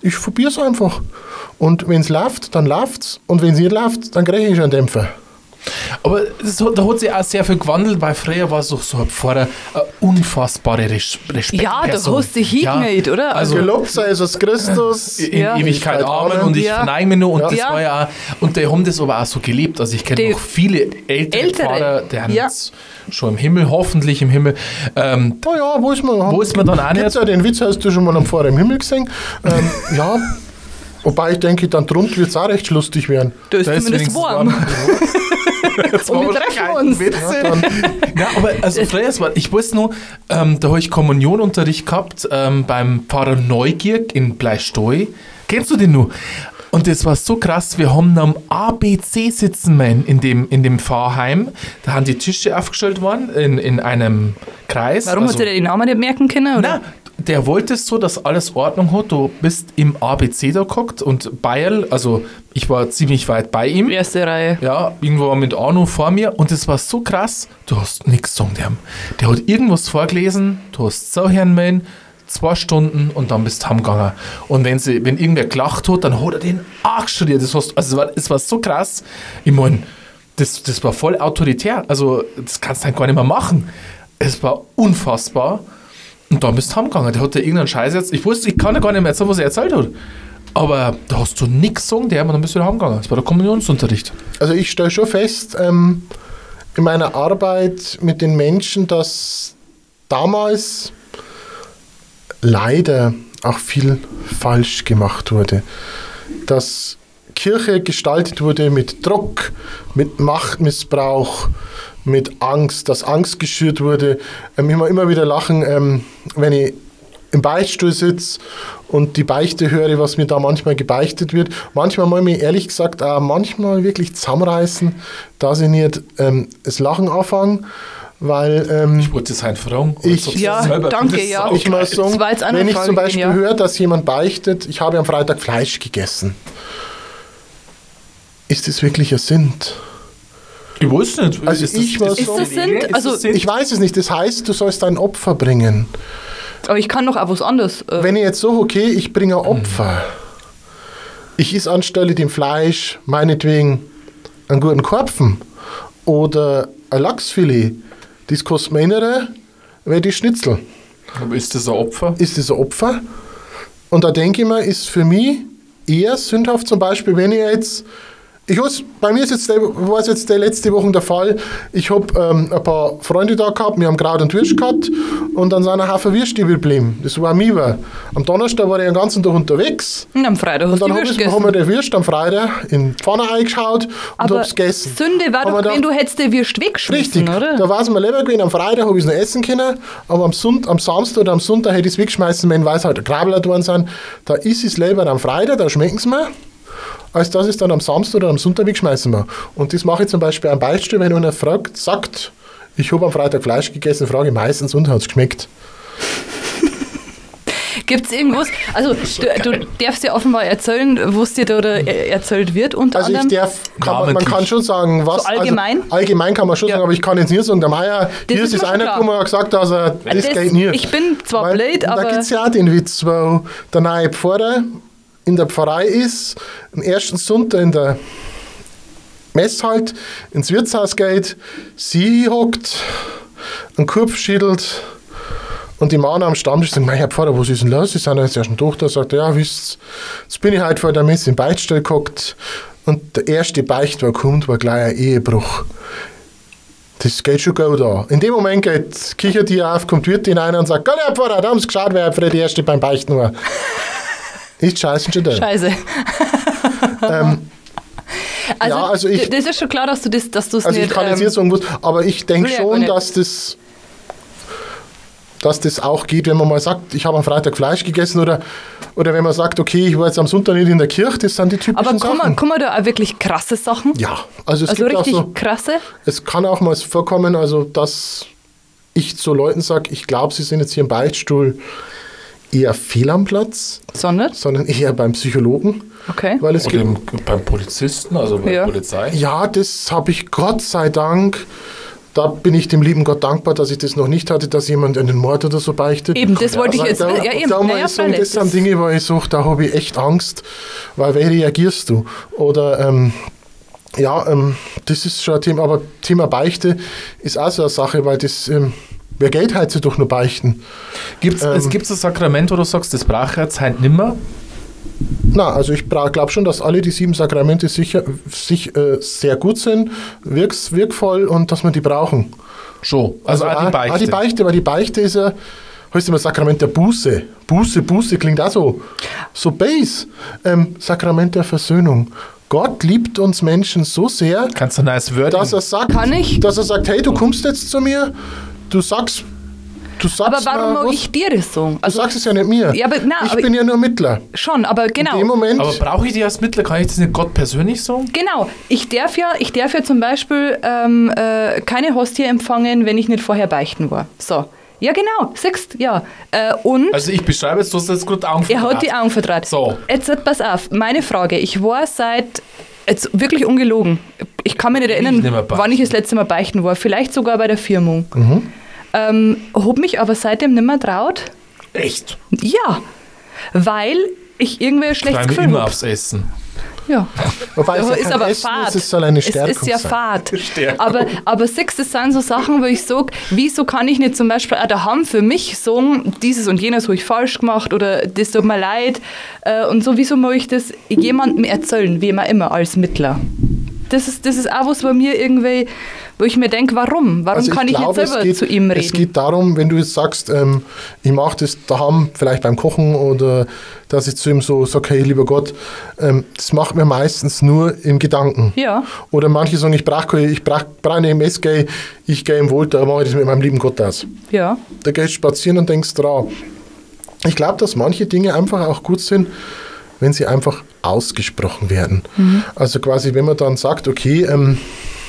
ich probiere es einfach. Und wenn es läuft, dann läuft's. Und wenn es nicht läuft, dann kriege ich einen Dämpfer. Aber das, hat- da hat sich auch sehr viel gewandelt, weil früher war es doch so ein Pfarrer eine unfassbare Res Respekt. Ja, da hast du dich hingemeldet, oder? Also, Gelobt sei Jesus Christus. in Ja. Ewigkeit Amen und ich Ja. verneige mich nur und Ja. das Ja. war ja auch, und die haben das aber auch so gelebt. Also ich kenne Die- noch viele ältere, Ältere. Pfarrer, die haben Ja. jetzt schon im Himmel, hoffentlich im Himmel. Ähm, Oh ja, wo ist man? Wo ist man dann auch Gibt's nicht? ja den Witz, hast du schon mal am Pfarrer im Himmel gesehen? Ähm, ja, wobei ich denke, dann drunter wird es auch recht lustig werden. Da ist da ist zumindest wenigstens warm. warm. Jetzt Und war wir aber treffen kein uns. Witz. Ja, dann, Ja, aber also früher, es war, ich weiß noch, ähm, da habe ich Kommunionunterricht gehabt ähm, beim Pfarrer Neugierk in Bleistoi. Kennst du den nur? Und das war so krass, wir haben am A B C sitzen mein, in dem, in dem Pfarrheim. Da haben die Tische aufgestellt worden in, in einem Kreis. Warum also, hat er den Namen nicht merken können? Oder? Nein, der wollte es so, dass alles Ordnung hat. Du bist im A B C da geguckt und Bayerl, also ich war ziemlich weit bei ihm. Erste Reihe. Ja, irgendwo mit Arno vor mir und es war so krass, du hast nichts gesagt. Der, der hat irgendwas vorgelesen, du hast so hören, zwei Stunden und dann bist du heimgegangen. Und wenn, sie, wenn irgendwer gelacht hat, dann hat er den auch studiert. Das hast, also es war, es war so krass. Ich meine, das, das war voll autoritär. Also das kannst du halt gar nicht mehr machen. Es war unfassbar. Und dann bist du heimgegangen. Der hat da irgendeinen Scheiß jetzt. Ich wusste, ich kann ja gar nicht mehr erzählen, was er erzählt hat. Aber da hast du nichts gesagt, der, und dann bist du wieder heimgegangen. Das war der Kommunionsunterricht. also ich stelle schon fest, ähm, in meiner Arbeit mit den Menschen, dass damals leider auch viel falsch gemacht wurde. Dass Kirche gestaltet wurde mit Druck, mit Machtmissbrauch, mit Angst, dass Angst geschürt wurde. Ähm, ich muss immer wieder lachen, ähm, wenn ich im Beichtstuhl sitze und die Beichte höre, was mir da manchmal gebeichtet wird. Manchmal muss ich mich ehrlich gesagt auch manchmal wirklich zusammenreißen, dass ich nicht ähm, das Lachen anfange, weil ähm, Ich wollte sein fragen. Ich- Ja, danke, ja. ich muss sagen, Das war jetzt auch eine wenn ich Frage zum Beispiel gewesen, ja. höre, dass jemand beichtet, ich habe am Freitag Fleisch gegessen. Ist das wirklich ein Sünd? Ich weiß nicht. Also ist ich das, muss ist sagen- das Ist das Sinn? Ist Also das Sinn? Ich weiß es nicht. Das heißt, du sollst ein Opfer bringen. Aber ich kann doch auch was anderes. Äh, Wenn ich jetzt so, okay, ich bringe ein Opfer. Ich isse anstelle dem Fleisch meinetwegen einen guten Karpfen oder ein Lachsfilet. Das kostet mir innere, weil die Schnitzel. Aber ist das ein Opfer? Ist das ein Opfer? Und da denke ich mir, ist für mich eher sündhaft zum Beispiel, wenn ich jetzt, ich weiß, bei mir ist jetzt der, war es jetzt der letzte Woche der Fall, ich habe ähm, ein paar Freunde da gehabt, wir haben Kraut und Würst gehabt und dann sind ein Haufen Würste geblieben. Das war mir. Am Donnerstag war ich den ganzen Tag unterwegs und am Freitag und hast du dann die habe Würst ich, haben gegessen. wir die Würst am Freitag in die Pfanne eingeschaut und Aber habe es gegessen. Sünde war Haben wir doch, wenn gedacht, du hättest die Würst weggeschmissen, Richtig, oder? da war es mir lieber gewesen, am Freitag habe ich es noch essen können, aber am, Sund am Samstag oder am Sonntag hätte ich es weggeschmeißen, wenn weiß halt Grabler drin sind. Da ist es lieber am Freitag, da schmecken sie mir, als dass ich es dann am Samstag oder am Sonntag wegschmeißen muss. Und das mache ich zum Beispiel am Beichtstuhl, wenn einer fragt, sagt, ich habe am Freitag Fleisch gegessen, frage ich meistens, und hat es geschmeckt. Gibt es irgendwas? Also, du, du darfst ja offenbar erzählen, was dir da oder er- erzählt wird, unter Also ich anderem. darf, kann man, man Namentlich. kann schon sagen, was... So allgemein? Also allgemein kann man schon Ja. sagen, aber ich kann jetzt nicht sagen, der Meier, hier ist ist, mir schon einer klar. gekommen und hat gesagt, dass er, das, Das- geht nicht. ich bin zwar Weil blöd, Da aber- gibt es ja auch den Witz, wo der neue Pfarrer in der Pfarrei ist, am ersten Sonntag in der Mess halt, ins Wirtshaus geht, sie hockt, einen Kopf schüttelt und die Mann am Stammtisch sagen, mein Herr Pfarrer, was ist denn los? Sie sind ja jetzt erst doch da. Sagt er, ja, wisst jetzt bin ich heute vor der Messe im Beichtstall gehockt und der erste Beicht, der kommt, war gleich ein Ehebruch. Das geht schon gut an. In dem Moment geht kichert die auf, kommt Wirt hinein und sagt, Gott, Herr Pfarrer, da haben sie geschaut, wer für die erste beim Beichten war. Ist scheiße schon da. Scheiße. Ähm, Also, ja, also ich- d- das ist schon klar, dass du das dass du's Also nicht. ich kann jetzt ähm, nicht sagen, was, aber ich denke will ja gar schon, nicht. dass das, dass das auch geht, wenn man mal sagt, ich habe am Freitag Fleisch gegessen oder, oder wenn man sagt, okay, ich war jetzt am Sonntag nicht in der Kirche, das sind die typischen aber kann Sachen. man, kann man da auch wirklich krasse Sachen? Ja, also es Also gibt auch richtig so, krasse? es kann auch mal vorkommen, also dass ich zu Leuten sage, ich glaube, sie sind jetzt hier im Beichtstuhl eher fehl am Platz, Sondern? sondern eher beim Psychologen, Okay. weil es Oder gibt im, beim Polizisten, also bei Ja. der Polizei. Ja, das habe ich Gott sei Dank da bin ich dem lieben Gott dankbar, dass ich das noch nicht hatte, dass jemand einen Mord oder so beichtet. Eben, das wollte ich Weil jetzt. da, Ja, eben. da muss Naja, ich sagen, das freilich. sind Dinge, wo ich sage, da habe ich echt Angst, weil wie reagierst du? Oder ähm, ja, ähm, das ist schon ein Thema, aber Thema Beichte ist auch so eine Sache, weil das, ähm, wer geht heute doch nur beichten? Gibt's, Ähm, es gibt ein Sakrament, wo du sagst, das brauche ich jetzt heute nimmer? Na, also ich glaube schon, dass alle die sieben Sakramente sicher sich äh, sehr gut sind, wirks, wirkvoll und dass wir die brauchen. Schon. Also, auch die Beichte. Auch die Beichte, weil die Beichte ist ja, heißt immer Sakrament der Buße. Buße, Buße klingt auch so, so base. Ähm, Sakrament der Versöhnung. Gott liebt uns Menschen so sehr, Kannst du ein nice Wording? dass er sagt, Kann ich? dass er sagt, hey, du kommst jetzt zu mir, du sagst, du sagst Aber warum mir mag was, ich dir das so? du Also, sagst es ja nicht mir. Ja, aber- na, ich aber- bin ja nur Mittler. schon, aber genau. In dem Moment, Aber brauche ich die als Mittler? Kann ich das nicht Gott persönlich sagen? Genau, ich darf ja, ich darf ja zum Beispiel ähm, äh, keine Hostie empfangen, wenn ich nicht vorher beichten war. So. Ja, genau, siehst ja. Äh, und Also ich beschreibe jetzt, du hast jetzt gerade Augen er hat die Augen vertraut. So. Jetzt pass auf, meine Frage. Ich war seit, jetzt wirklich ungelogen, ich kann mich nicht erinnern, nicht mehr beichten. wann ich das letzte Mal beichten war. Vielleicht sogar bei der Firmung. Mhm. Ähm, hab mich aber seitdem nicht mehr traut. Echt? Ja, weil ich irgendwie ein schlechtes Freue mich Gefühl immer habe. aufs Essen. Ja. wobei es ja ist kein aber Essen fad. ist, es soll eine es Stärkung ist ja sein. fad. Stärkung. Aber, aber siehst, das sind so Sachen, wo ich sage, wieso kann ich nicht zum Beispiel auch daheim für mich sagen, dieses und jenes habe ich falsch gemacht oder das tut mir leid äh, und so, wieso muss ich das jemandem erzählen, wie immer immer als Mittler? Das ist, das ist auch was bei mir irgendwie, wo ich mir denke, warum? Warum Also kann ich glaube, nicht selber es geht, zu ihm reden? Es geht darum, wenn du jetzt sagst, ähm, ich mache das daheim, vielleicht beim Kochen oder dass ich zu ihm so sage, hey, lieber Gott, ähm, das macht mir meistens nur im Gedanken. Ja. Oder manche sagen, ich brauche ich brauch, brauch nicht im S gehen, ich gehe im Wald, da mache ich das mit meinem lieben Gott aus. Ja. Da gehst du spazieren und denkst dran. Ich glaube, dass manche Dinge einfach auch gut sind, wenn sie einfach ausgesprochen werden. Mhm. Also quasi, wenn man dann sagt, okay, ähm,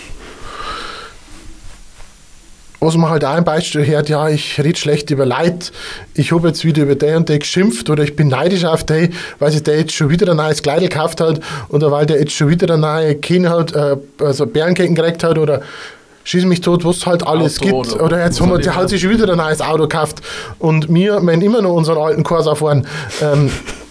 was man halt auch ein Beispiel hört, ja, ich rede schlecht über Leid, ich habe jetzt wieder über den und den geschimpft oder ich bin neidisch auf den, weil sich der jetzt schon wieder ein neues Kleidel gekauft hat oder weil der jetzt schon wieder eine neue Kinn hat, äh, also Bärenketten gekriegt hat oder schieß mich tot, was es halt alles Auto gibt. oder Oder jetzt was haben wir, auch der immer. hat sich schon wieder ein neues Auto gekauft und wir meinen immer noch unseren alten Corsa fahren. Ähm,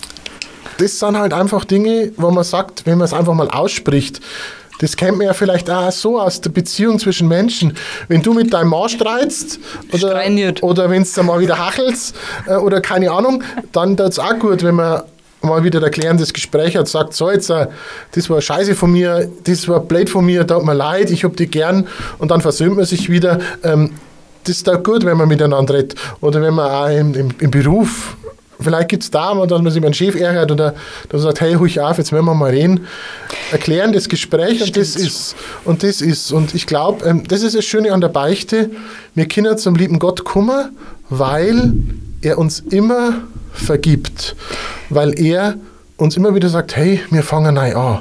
das sind halt einfach Dinge, wo man sagt, wenn man es einfach mal ausspricht, das kennt man ja vielleicht auch so aus der Beziehung zwischen Menschen. Wenn du mit deinem Mann streitst oder, Streiniert. oder wenn es dann mal wieder hachelst äh, oder keine Ahnung, dann tut es auch gut, wenn man mal wieder ein erklärendes Gespräch hat, sagt, so jetzt, äh, das war scheiße von mir, das war blöd von mir, tut mir leid, ich hab dich gern und dann versöhnt man sich wieder. Ähm, das ist auch gut, wenn man miteinander redet. Oder wenn man auch im, im, im Beruf, vielleicht gibt es da mal, dass man sich mit dem Chef ärgert oder dass man sagt, hey, ruhig auf, jetzt werden wir mal reden. Erklärendes Gespräch und das ist. Und das ist. Und ich glaube, ähm, das ist das Schöne an der Beichte. Wir können zum lieben Gott kommen, weil er uns immer vergibt. Weil er uns immer wieder sagt, hey, wir fangen neu an.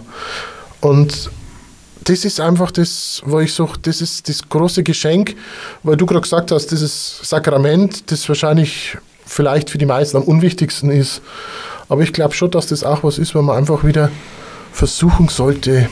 Und das ist einfach das, wo ich sage, das ist das große Geschenk, weil du gerade gesagt hast, dieses Sakrament, das wahrscheinlich vielleicht für die meisten am unwichtigsten ist. Aber ich glaube schon, dass das auch was ist, wo man einfach wieder versuchen sollte,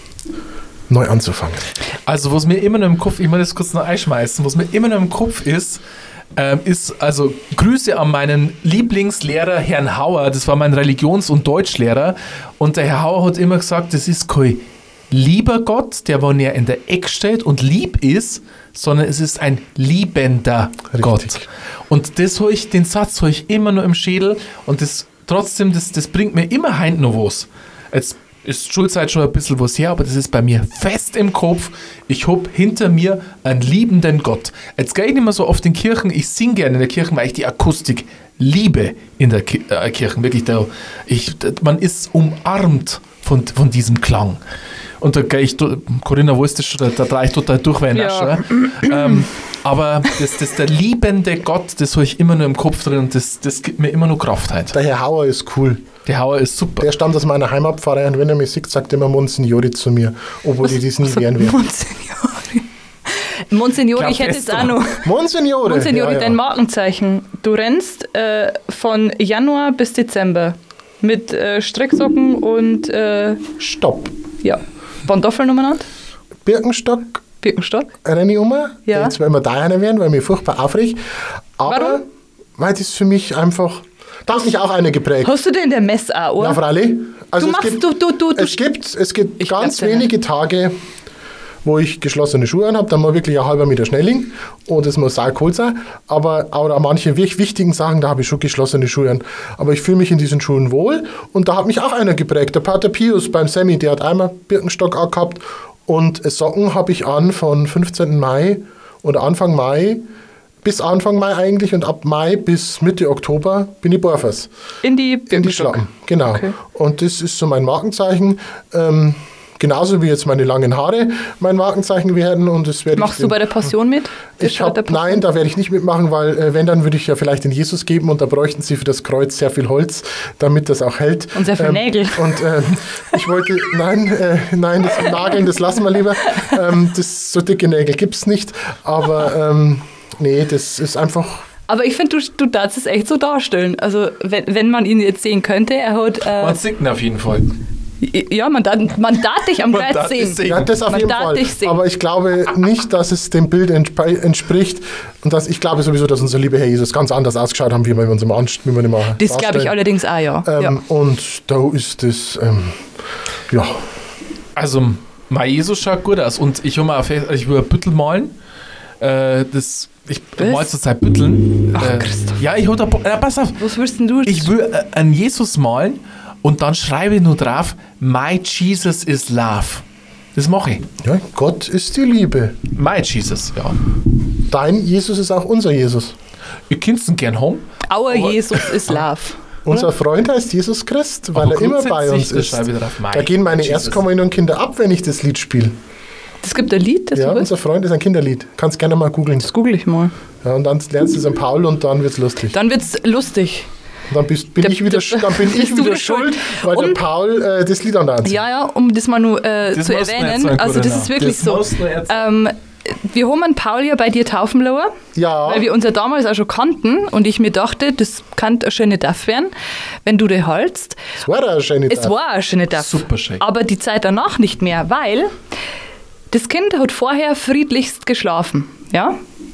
neu anzufangen. Also was mir immer noch im Kopf, ich muss das kurz noch einschmeißen, was mir immer noch im Kopf ist, ähm, ist also Grüße an meinen Lieblingslehrer, Herrn Hauer, das war mein Religions- und Deutschlehrer und der Herr Hauer hat immer gesagt, das ist kein lieber Gott, der wo näher in der Ecke steht und lieb ist, sondern es ist ein liebender Richtig. Gott. Und das hol ich, den Satz habe ich immer nur im Schädel und das trotzdem, das, das bringt mir immer heint noch was. Jetzt ist Schulzeit schon ein bisschen was her, aber das ist bei mir fest im Kopf. Ich hab hinter mir einen liebenden Gott. Jetzt gehe ich nicht mehr so oft in Kirchen, ich singe gerne in der Kirche, weil ich die Akustik liebe in der Ki äh, Kirche. Wirklich, da, ich, man ist umarmt von, von diesem Klang. Und da gehe ich, Corinna wusste schon, da, da drehe ich total durch, wenn Ja. ähm, aber das, das der liebende Gott, das habe ich immer nur im Kopf drin und das, das gibt mir immer nur Kraft heute. Der Herr Hauer ist cool. Der Hauer ist super. Der stammt aus meiner Heimatpfarrei und wenn er mich sieht, sagt er immer Monsignori zu mir, obwohl ich das nie werden werde. Monsignori. Monsignori, Glaub ich hätte fest jetzt auch dran. noch. Monsignore! Monsignori, ja, ja. dein Markenzeichen. Du rennst äh, von Januar bis Dezember mit äh, Strecksocken und äh, Stopp. ja, Pantoffeln umeinander. Birkenstock, Birkenstock? renne ich um. Ja. Jetzt will immer da einer werden, weil ich mich furchtbar aufreg. Aber Warum? weil das für mich einfach, da hat mich auch einer geprägt. Hast du denn der Mess auch, Ja, oder? freilich. Also Du es machst- gibt, du- du- du- du- es gibt, es gibt Ich ganz glaub's dir wenige Tage, wo ich geschlossene Schuhe anhabe, dann mal wirklich ein halber Meter Schnelling und es muss auch cool sein. Aber auch an manchen wich- wichtigen Sachen, da habe ich schon geschlossene Schuhe an. Aber ich fühle mich in diesen Schuhen wohl und da hat mich auch einer geprägt. Der Pater Pius beim Sammy, der hat einmal Birkenstock angehabt und Socken habe ich an von fünfzehnten Mai oder Anfang Mai bis Anfang Mai eigentlich und ab Mai bis Mitte Oktober bin ich barfuß. In die In die Birkenstock. Schlappen, genau. Okay. Und das ist so mein Markenzeichen. Ähm, genauso wie jetzt meine langen Haare mein Markenzeichen werden. Und das werde Machst ich du bei der Passion mit? ich Ist bei hab, der Passion- nein, da werde ich nicht mitmachen, weil äh, wenn, dann würde ich ja vielleicht den Jesus geben und da bräuchten sie für das Kreuz sehr viel Holz, damit das auch hält. Und sehr viel Nägel. Und ähm, ich wollte, nein, äh, nein, das Nageln, das lassen wir lieber. Ähm, das, so dicke Nägel gibt es nicht. Aber ähm, nee, das ist einfach... Aber ich finde, du, du darfst es echt so darstellen. Also, wenn, wenn man ihn jetzt sehen könnte, er hat. Man Äh, sieht ihn auf jeden Fall. ja, man darf, man darf dich am Man Kreuz darf dich sehen. sehen. Ja, das auf Man jeden darf Fall. dich sehen. Aber ich glaube nicht, dass es dem Bild entsp- entspricht. Und dass, ich glaube sowieso, dass unser lieber Herr Jesus ganz anders ausgeschaut haben, wie wir uns immer anst- wie wir ihn immer Das glaube ich darstellen. allerdings auch, ja. Ähm, ja. Und da ist das, ähm, ja, Also, mein Jesus schaut gut aus. Und ich, hab mir auch fest, ich will ein Büttel malen. Äh, das, ich Was? mal zurzeit Bütteln. Ach, äh, Christoph. Ja, ich hab da Bock. Ja, pass auf. Was willst denn du? Ich will äh, einen Jesus malen und dann schreibe ich nur drauf: My Jesus is love. Das mache ich. ja, Gott ist die Liebe. My Jesus, ja. Dein Jesus ist auch unser Jesus. Ihr könnt ihn gern haben. Our aber- Jesus is love. Unser Freund heißt Jesus Christ, weil Aber er immer bei grundsätzlich, uns das ist. schreibe ich drauf, mein Da gehen meine Jesus. Erstkommunionkinder ab, wenn ich das Lied spiele. Es gibt ein Lied, das Ja, du willst. unser Freund ist ein Kinderlied. Kannst gerne mal googeln. Das google ich mal. Ja, und dann lernst du Sankt Paul und dann wird's lustig. Dann wird's lustig. Und dann bist, bin Da- ich wieder, da- dann bin bist ich du wieder wieder schuld, schuld. weil der Und- Paul äh, das Lied an der Hand Ja, ja, um das mal nur äh, Das zu musst du nicht erwähnen. sagen, Also, das Corinna. ist wirklich Das so. musst du erzählen. Ähm, wir haben einen Paul ja bei dir taufen lassen, Ja. weil wir uns ja damals auch schon kannten und ich mir dachte, das kann eine schöne Duff werden, wenn du die hältst. Es war eine schöne Es Tat. war eine schöne Duff. Super schön. Aber die Zeit danach nicht mehr, weil das Kind hat vorher friedlichst geschlafen. Ja?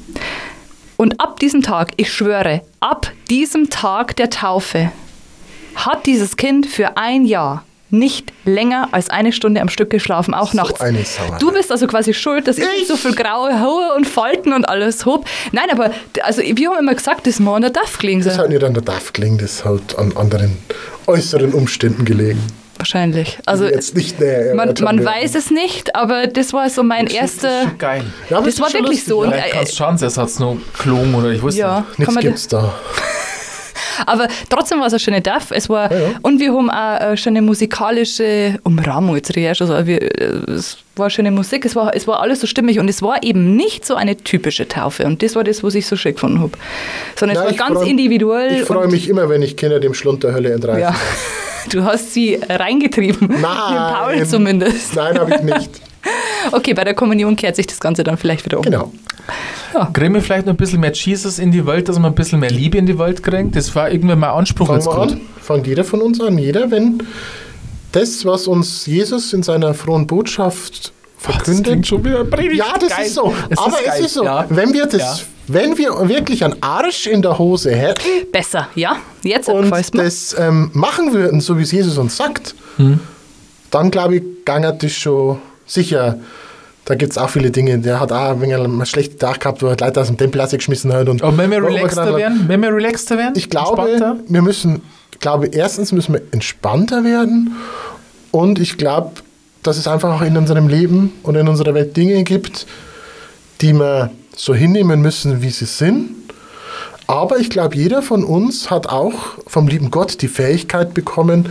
Und ab diesem Tag, ich schwöre, ab diesem Tag der Taufe hat dieses Kind für ein Jahr nicht länger als eine Stunde am Stück geschlafen, auch So nachts. eine Sauerei. Du bist also quasi schuld, dass ich, Ich? nicht so viel graue Haare und Falten und alles hab. Nein, aber also wir haben immer gesagt, das muss an der Duff gelegen Das sein. hat nicht an der D A F gelegen, das hat an anderen äußeren Umständen gelegen. Wahrscheinlich. Also Die jetzt nicht näher man, erörtert man werden. weiß es nicht, aber das war so mein erster... Geil. Ja, aber Das es war ist schon wirklich lustig, so. Ja. Und, Vielleicht kannst du schauen, es hat es noch gelogen oder ich weiß Ja, nicht. kann Nichts man gibt's da. aber trotzdem war es eine schöne Duff. Es war, Ja, ja. Und wir haben auch eine schöne musikalische Umrahmung, jetzt rede ich schon so, wir, es war schöne Musik, es war, es war alles so stimmig und es war eben nicht so eine typische Taufe und das war das, was ich so schön gefunden habe. Sondern Ja, es war ich ganz freu- individuell. Ich freue und- mich immer, wenn ich Kinder dem Schlund der Hölle entreißen Ja. kann. Du hast sie reingetrieben. Nein. Mit Paul zumindest. Nein, habe ich nicht. Okay, bei der Kommunion kehrt sich das Ganze dann vielleicht wieder um. Genau. Kriegen wir vielleicht noch ein bisschen mehr Jesus in die Welt, dass wir ein bisschen mehr Liebe in die Welt kriegen? Das war irgendwann mein Anspruch Fangen jetzt wir gerade. an. Fangt jeder von uns an. Jeder, wenn das, was uns Jesus in seiner frohen Botschaft verkündet. schon wieder predigt. Ja, das Geil. ist so. Es Aber ist geil. es ist so. Ja. Wenn wir das, Ja. wenn wir wirklich einen Arsch in der Hose hätten Besser, ja. Jetzt und gefällt mir. das ähm, machen würden, so wie es Jesus uns sagt, Hm. dann glaube ich, gangert das schon sicher. Da gibt es auch viele Dinge. Der hat auch ein wenig einen schlechten Tag gehabt, wo er Leute aus dem Tempel rausgeschmissen hat. Und Aber wenn wir wo er relaxter gerade- werden, wenn wir relaxter werden, Ich glaube, entspannter? wir müssen, ich glaube, erstens müssen wir entspannter werden und ich glaube, dass es einfach auch in unserem Leben und in unserer Welt Dinge gibt, die wir so hinnehmen müssen, wie sie sind. Aber ich glaube, jeder von uns hat auch vom lieben Gott die Fähigkeit bekommen,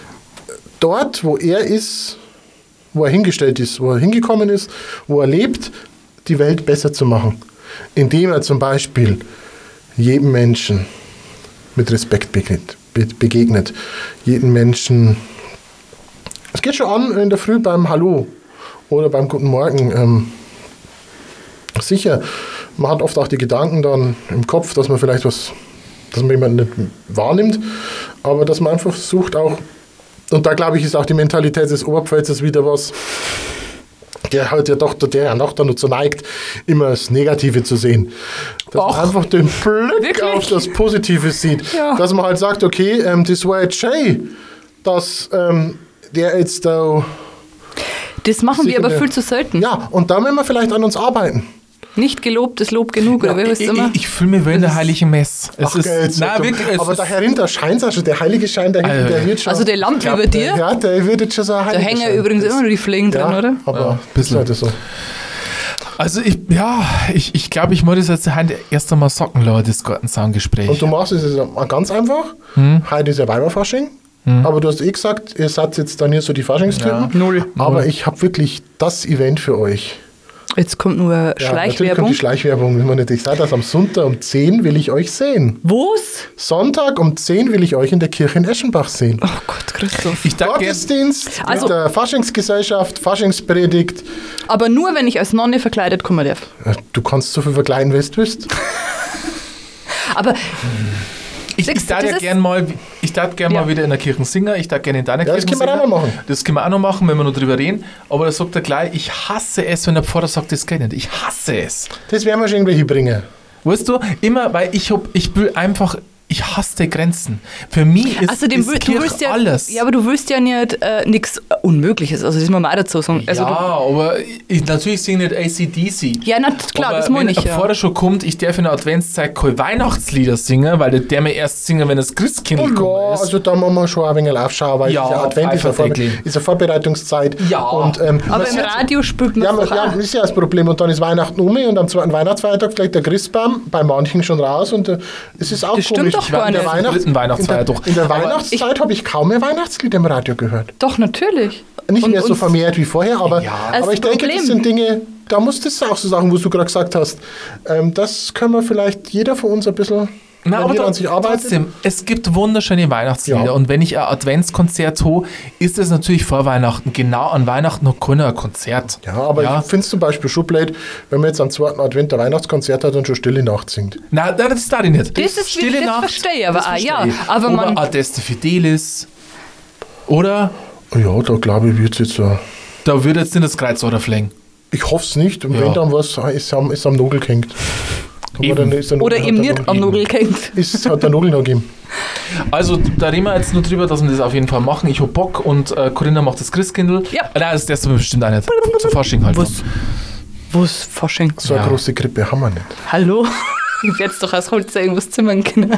dort, wo er ist, wo er hingestellt ist, wo er hingekommen ist, wo er lebt, die Welt besser zu machen. Indem er zum Beispiel jedem Menschen mit Respekt begegnet, be- begegnet. Jeden Menschen. Es geht schon an in der Früh beim Hallo oder beim Guten Morgen. Ähm, sicher, man hat oft auch die Gedanken dann im Kopf, dass man vielleicht was, dass man jemanden nicht wahrnimmt, aber dass man einfach versucht auch, und da glaube ich, ist auch die Mentalität des Oberpfälzers wieder was, der halt ja doch, der ja noch dazu neigt, immer das Negative zu sehen. Dass Och. man einfach den Blick Wirklich? auf das Positive sieht. Ja. Dass man halt sagt, okay, ähm, das war jetzt schön, dass ähm, der jetzt da... Das machen wir Sicher aber der- viel zu selten. Ja, und da müssen wir vielleicht an uns arbeiten. Nicht gelobt ist Lob genug, oder wie heißt Ich, es immer? ich, ich fühle mich wie in der heiligen Mess. Es Ach, gell, jetzt nein, sag wirklich, du- es aber ist, da herinter scheint es auch schon, der heilige Schein da hinten, Alter. der wird schon... Also der Lampe glaub, über dir, ja, der wird jetzt schon so ein da heiliger hängen Schein. übrigens immer nur die Fliegen ja, drin, oder? aber Ja, das ist bisschen. halt so. also ich, ja, ich, ich glaube, ich muss das jetzt heute erst einmal sacken lassen, das Gartenzaungespräch. Und du machst es jetzt ganz einfach. Hm? Heute ist ja Weiberfasching. Aber du hast eh gesagt, ihr seid jetzt dann hier so die Faschingstypen. Ja. Null. Aber ich habe wirklich das Event für euch. Jetzt kommt nur Ja, natürlich kommt Schleichwerbung. die Schleichwerbung. Wenn man nicht, ich sage das, am Sonntag um zehn will ich euch sehen. Wo's? Sonntag um zehn will ich euch in der Kirche in Eschenbach sehen. Oh Gott, Christoph. ich dachte gern, Gottesdienst Also- mit der Faschingsgesellschaft, Faschingspredigt. Aber nur, wenn ich als Nonne verkleidet kommen darf. Ja, Du kannst so viel verkleiden, wie du willst. Aber ich, Siehst ich du, darf ja das ist- gern mal, ich darf gern Ja. mal wieder in der Kirche singen, ich darf gerne in deiner Ja, das Kirche können wir singen. auch noch machen. Das können wir auch noch machen, wenn wir noch drüber reden. Aber da sagt er gleich, ich hasse es, wenn der Pfarrer sagt, das geht nicht. Ich hasse es. Das werden wir schon irgendwie hinbringen. Weißt du, immer, weil ich hab, ich will einfach, ich hasse die Grenzen. Für mich ist, also dem, ist will- du Kirche willst ja, alles. ja, aber du willst ja nicht äh, nichts Unmögliches. Also das muss man auch dazu sagen. Also ja, du, aber ich, natürlich singe ich nicht A C D C. ja, na, klar, aber das muss wenn ich ein ja. Pfarrer schon kommt, ich darf in der Adventszeit keine Weihnachtslieder singen, weil der, der mir erst singen, wenn das Christkind Oh gekommen ja, ist. also da muss man schon ein wenig aufschauen, weil Ja, ja, Advent ist eine, Vorbe Pfeiferdeckli. ist eine Vorbereitungszeit. Ja. Und, ähm, Aber man im sieht- Radio spürt man Ja, es man, doch ja, auch. ist ja das Problem. Und dann ist Weihnachten um und am zweiten Weihnachtsfeiertag vielleicht der Christbaum bei manchen schon raus. Und äh, es ist auch Das stimmt komisch. doch Ich war gar in der nicht. Weihnachts- Dritten Weihnachtsfeiertag. In der, in der Aber Weihnachtszeit habe ich kaum mehr Weihnachtslieder im Radio gehört. Doch, natürlich. Nicht Und- mehr so und- vermehrt wie vorher, aber, Ja. Das aber ich denke, Problem- das sind Dinge, da muss das auch so Sachen, wo du gerade gesagt hast, ähm, das können wir vielleicht jeder von uns ein bisschen, Na, wenn aber jeder da, an sich arbeitet. trotzdem, es gibt wunderschöne Weihnachtslieder Ja. und wenn ich ein Adventskonzert tue, ist es natürlich vor Weihnachten. Genau an Weihnachten noch keiner ein Konzert. Ja, aber ja. ich finde es zum Beispiel schon blöd, wenn man jetzt am zweiten Advent ein Weihnachtskonzert hat und schon Stille Nacht singt. Nein, nein, das darf ich nicht. Das ist wie- das verstehe ich aber das auch, verstehe ja. ich. Aber Oder man- Adeste Fidelis. Oder Ja, da glaube ich, wird es jetzt so. da würde jetzt nicht das Kreuz oder fliegen. Ich hoffe es nicht. Und Ja. wenn dann was ist am, ist am Nagel gehängt. Aber Eben. dann ist der Oder Nagel- eben hat der nicht am Nagel- Nagel gehängt. Ist, hat der Nagel noch gegeben. Also, da reden wir jetzt nur drüber, dass wir das auf jeden Fall machen. Ich hab Bock und äh, Corinna macht das Christkindl. Ja. Äh, Nein, das darfst du bestimmt auch nicht. Zu Fasching halt. Was? Wo ist Fasching? So Ja. eine große Krippe haben wir nicht. Hallo? Ich werde doch aus Holz irgendwas zimmern können.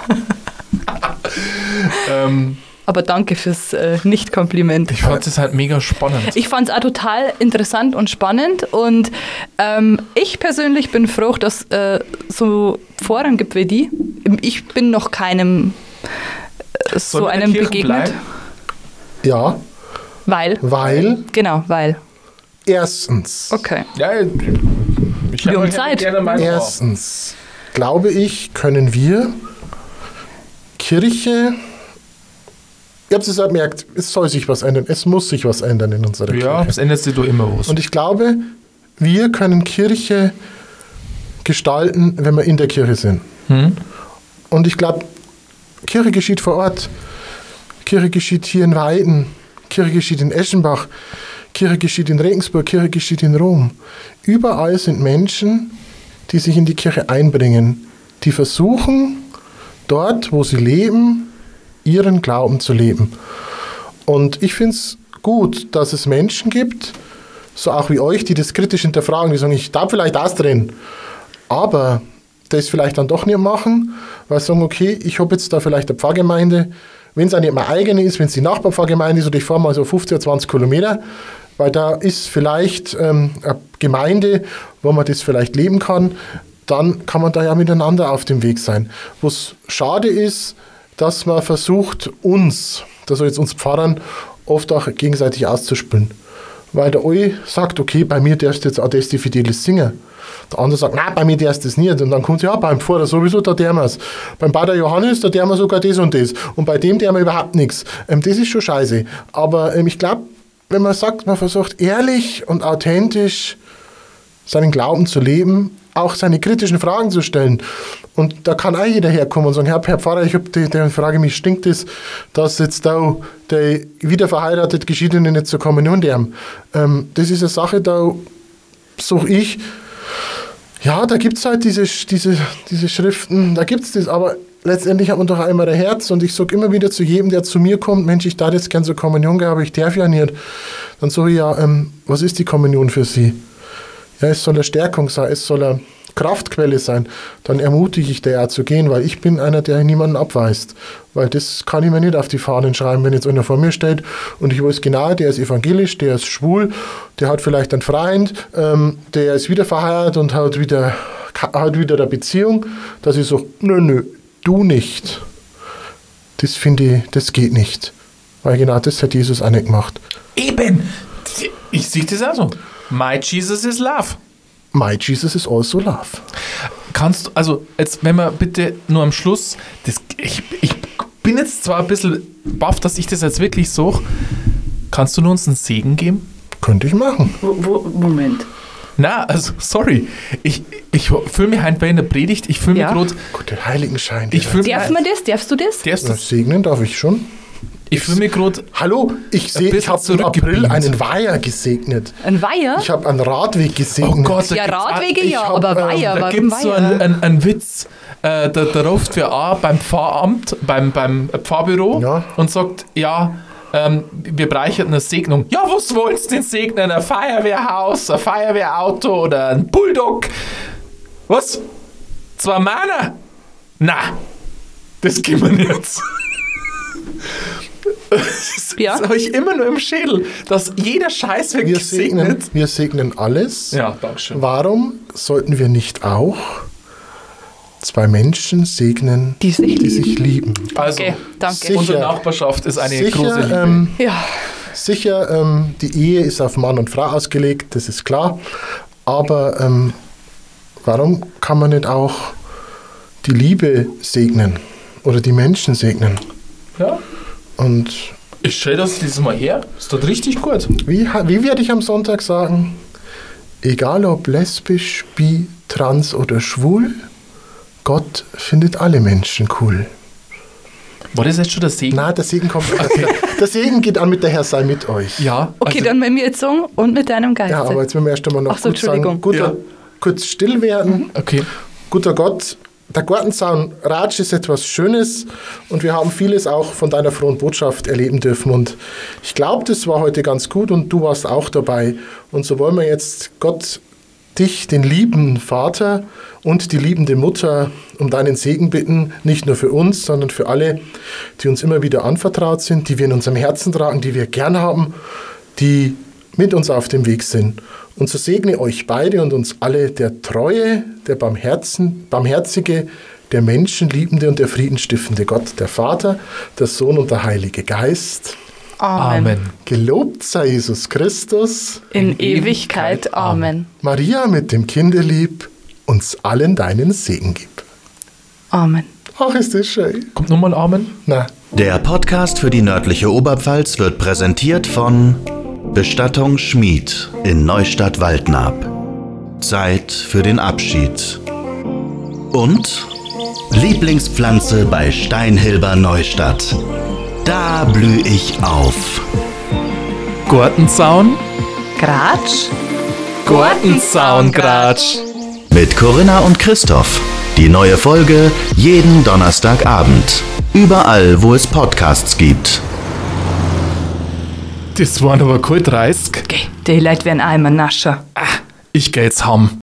Ähm, Aber danke fürs äh, Nicht-Kompliment. ich fand das halt mega spannend. Ich fand es auch total interessant und spannend und ähm, ich persönlich bin froh, dass es äh, so Foren gibt wie die. Ich bin noch keinem äh, so Sollen wir in der einem Kirche begegnet, bleiben? Ja, weil, weil genau, weil, erstens, okay. Ja, ich Wir haben hätte Zeit. gerne meine Meinung. erstens, glaube ich, können wir Kirche, ihr habt es ja gemerkt, es soll sich was ändern, es muss sich was ändern in unserer Ja, Kirche. es ändert sich doch immer was. Und ich glaube, wir können Kirche gestalten, wenn wir in der Kirche sind. Hm? Und ich glaube, Kirche geschieht vor Ort. Kirche geschieht hier in Weiden. Kirche geschieht in Eschenbach. Kirche geschieht in Regensburg. Kirche geschieht in Rom. Überall sind Menschen, die sich in die Kirche einbringen, die versuchen, dort, wo sie leben, ihren Glauben zu leben. Und ich finde es gut, dass es Menschen gibt, so auch wie euch, die das kritisch hinterfragen, die sagen, ich darf vielleicht das drin, aber das vielleicht dann doch nicht machen, weil sie sagen, okay, ich habe jetzt da vielleicht eine Pfarrgemeinde, wenn es auch nicht meine eigene ist, wenn es die Nachbarpfarrgemeinde ist oder ich fahre mal so fünfzig oder zwanzig Kilometer, weil da ist vielleicht ähm, eine Gemeinde, wo man das vielleicht leben kann, dann kann man da ja miteinander auf dem Weg sein. Was schade ist, dass man versucht, uns, also jetzt uns Pfarrern, oft auch gegenseitig auszuspielen. Weil der eine sagt, okay, bei mir darfst du jetzt Adeste Fidelis singen. Der andere sagt, nein, bei mir darfst du das nicht. Und dann kommt ja, beim Pfarrer sowieso, da der es. Beim Pater Johannes, da der wir sogar das und das. Und bei dem der wir überhaupt nichts. Ähm, das ist schon scheiße. Aber ähm, ich glaube, wenn man sagt, man versucht ehrlich und authentisch seinen Glauben zu leben, auch seine kritischen Fragen zu stellen. Und da kann auch jeder herkommen und sagen, Herr, Herr Pfarrer, ich habe die, die Frage, mich stinkt es, dass jetzt da der wieder verheiratet Geschiedene nicht zur Kommunion dürfen. Ähm, das ist eine Sache, da suche ich, ja, da gibt es halt diese, diese, diese Schriften, da gibt es das, aber letztendlich hat man doch einmal ein Herz und ich sage immer wieder zu jedem, der zu mir kommt, Mensch, ich darf jetzt gern zur Kommunion gehen, aber ich darf ja nicht. Dann sage ich ja, ähm, was ist die Kommunion für Sie? Ja, es soll eine Stärkung sein, es soll eine Kraftquelle sein. Dann ermutige ich der auch zu gehen, weil ich bin einer, der niemanden abweist. Weil das kann ich mir nicht auf die Fahnen schreiben, wenn jetzt einer vor mir steht und ich weiß genau, der ist evangelisch, der ist schwul, der hat vielleicht einen Freund, ähm, der ist wieder verheiratet und hat wieder, hat wieder eine Beziehung, dass ich so, nö, nö, du nicht. Das finde ich, das geht nicht. Weil genau das hat Jesus auch nicht gemacht. Eben. Ich sehe das auch so. My Jesus is love. My Jesus is also love. Kannst du, also jetzt, wenn wir bitte nur am Schluss, das, ich, ich bin jetzt zwar ein bisschen baff, dass ich das jetzt wirklich suche, kannst du nur uns einen Segen geben? Könnte ich machen. Wo, wo, Moment. Na, also, sorry. Ich, ich fühle mich halt bei einer Predigt, ich fühle Ja. mich gerade. Gott, den Heiligenschein. Ich fühle mich. Darf man das? Darfst du das? Darfst du Na, das? segnen darf ich schon. Ich fühle mich gerade. Hallo, ich sehe, ich bisschen habe im April zurückgebeamt. einen Weiher gesegnet. Ein Weiher? Ich habe einen Radweg Oh gesegnet. Gott, da Ja, gibt's Radwege ich ja, hab, aber ähm, Weiher, Da warum gibt es so einen, Weiher? einen, einen Witz, äh, da, da ruft wer an beim Pfarramt, beim, beim Pfarrbüro Ja. und sagt, ja, ähm, wir brauchen eine Segnung. Ja, was wollt's denn segnen? Ein Feuerwehrhaus, ein Feuerwehrauto oder ein Bulldog? Was? Zwei Männer? Na, das geht mir nicht. Das Ja. habe ich immer nur im Schädel, dass jeder Scheiß wird wir, gesegnet. segnen, wir segnen alles. Ja, danke schön. Warum sollten wir nicht auch zwei Menschen segnen, Die sich die sich lieben? Also, Okay, danke. Sicher. unsere Nachbarschaft ist eine große Sicher, Liebe. ähm, Ja. sicher ähm, die Ehe ist auf Mann und Frau ausgelegt, das ist klar. Aber ähm, warum kann man nicht auch die Liebe segnen oder die Menschen segnen? Ja. Und Ich stelle das dieses Mal her. Ist das richtig gut? wie, ha- wie werde ich am Sonntag sagen? Egal ob lesbisch, bi, trans oder schwul, Gott findet alle Menschen cool. War das jetzt schon der Segen? Na, der Segen kommt. Der, der Segen geht an mit der Herr sei mit euch. Ja. Okay, also, dann wenn wir jetzt sagen, und mit deinem Geist. Ja, aber jetzt müssen wir erst einmal noch Ach so, gut sagen, Entschuldigung. guter, Ja. kurz still werden. Okay. Guter Gott, der Gartenzaun Ratsch ist etwas Schönes und wir haben vieles auch von deiner frohen Botschaft erleben dürfen. Und ich glaube, das war heute ganz gut und du warst auch dabei. Und so wollen wir jetzt Gott, dich, den lieben Vater und die liebende Mutter um deinen Segen bitten, nicht nur für uns, sondern für alle, die uns immer wieder anvertraut sind, die wir in unserem Herzen tragen, die wir gern haben, die mit uns auf dem Weg sind. Und so segne euch beide und uns alle der treue, der Barmherzen, barmherzige, der menschenliebende und der friedenstiftende Gott, der Vater, der Sohn und der Heilige Geist. Amen. Amen. Gelobt sei Jesus Christus, In Ewigkeit. Amen. Maria mit dem Kinderlieb, uns allen deinen Segen gib. Amen. Ach, ist das schön. Kommt nochmal ein Amen? Na, Der Podcast für die nördliche Oberpfalz wird präsentiert von Bestattung Schmied in Neustadt-Waldnab. Zeit für den Abschied. Und Lieblingspflanze bei Steinhilber Neustadt. Da blüh ich auf. Gartenzaun? Gratsch. Gartenzaungratsch. Mit Corinna und Christoph. Die neue Folge jeden Donnerstagabend. Überall, wo es Podcasts gibt. Das waren aber kalt dreißig. Okay, die Leute werden einmal nascher. Ich geh jetzt heim.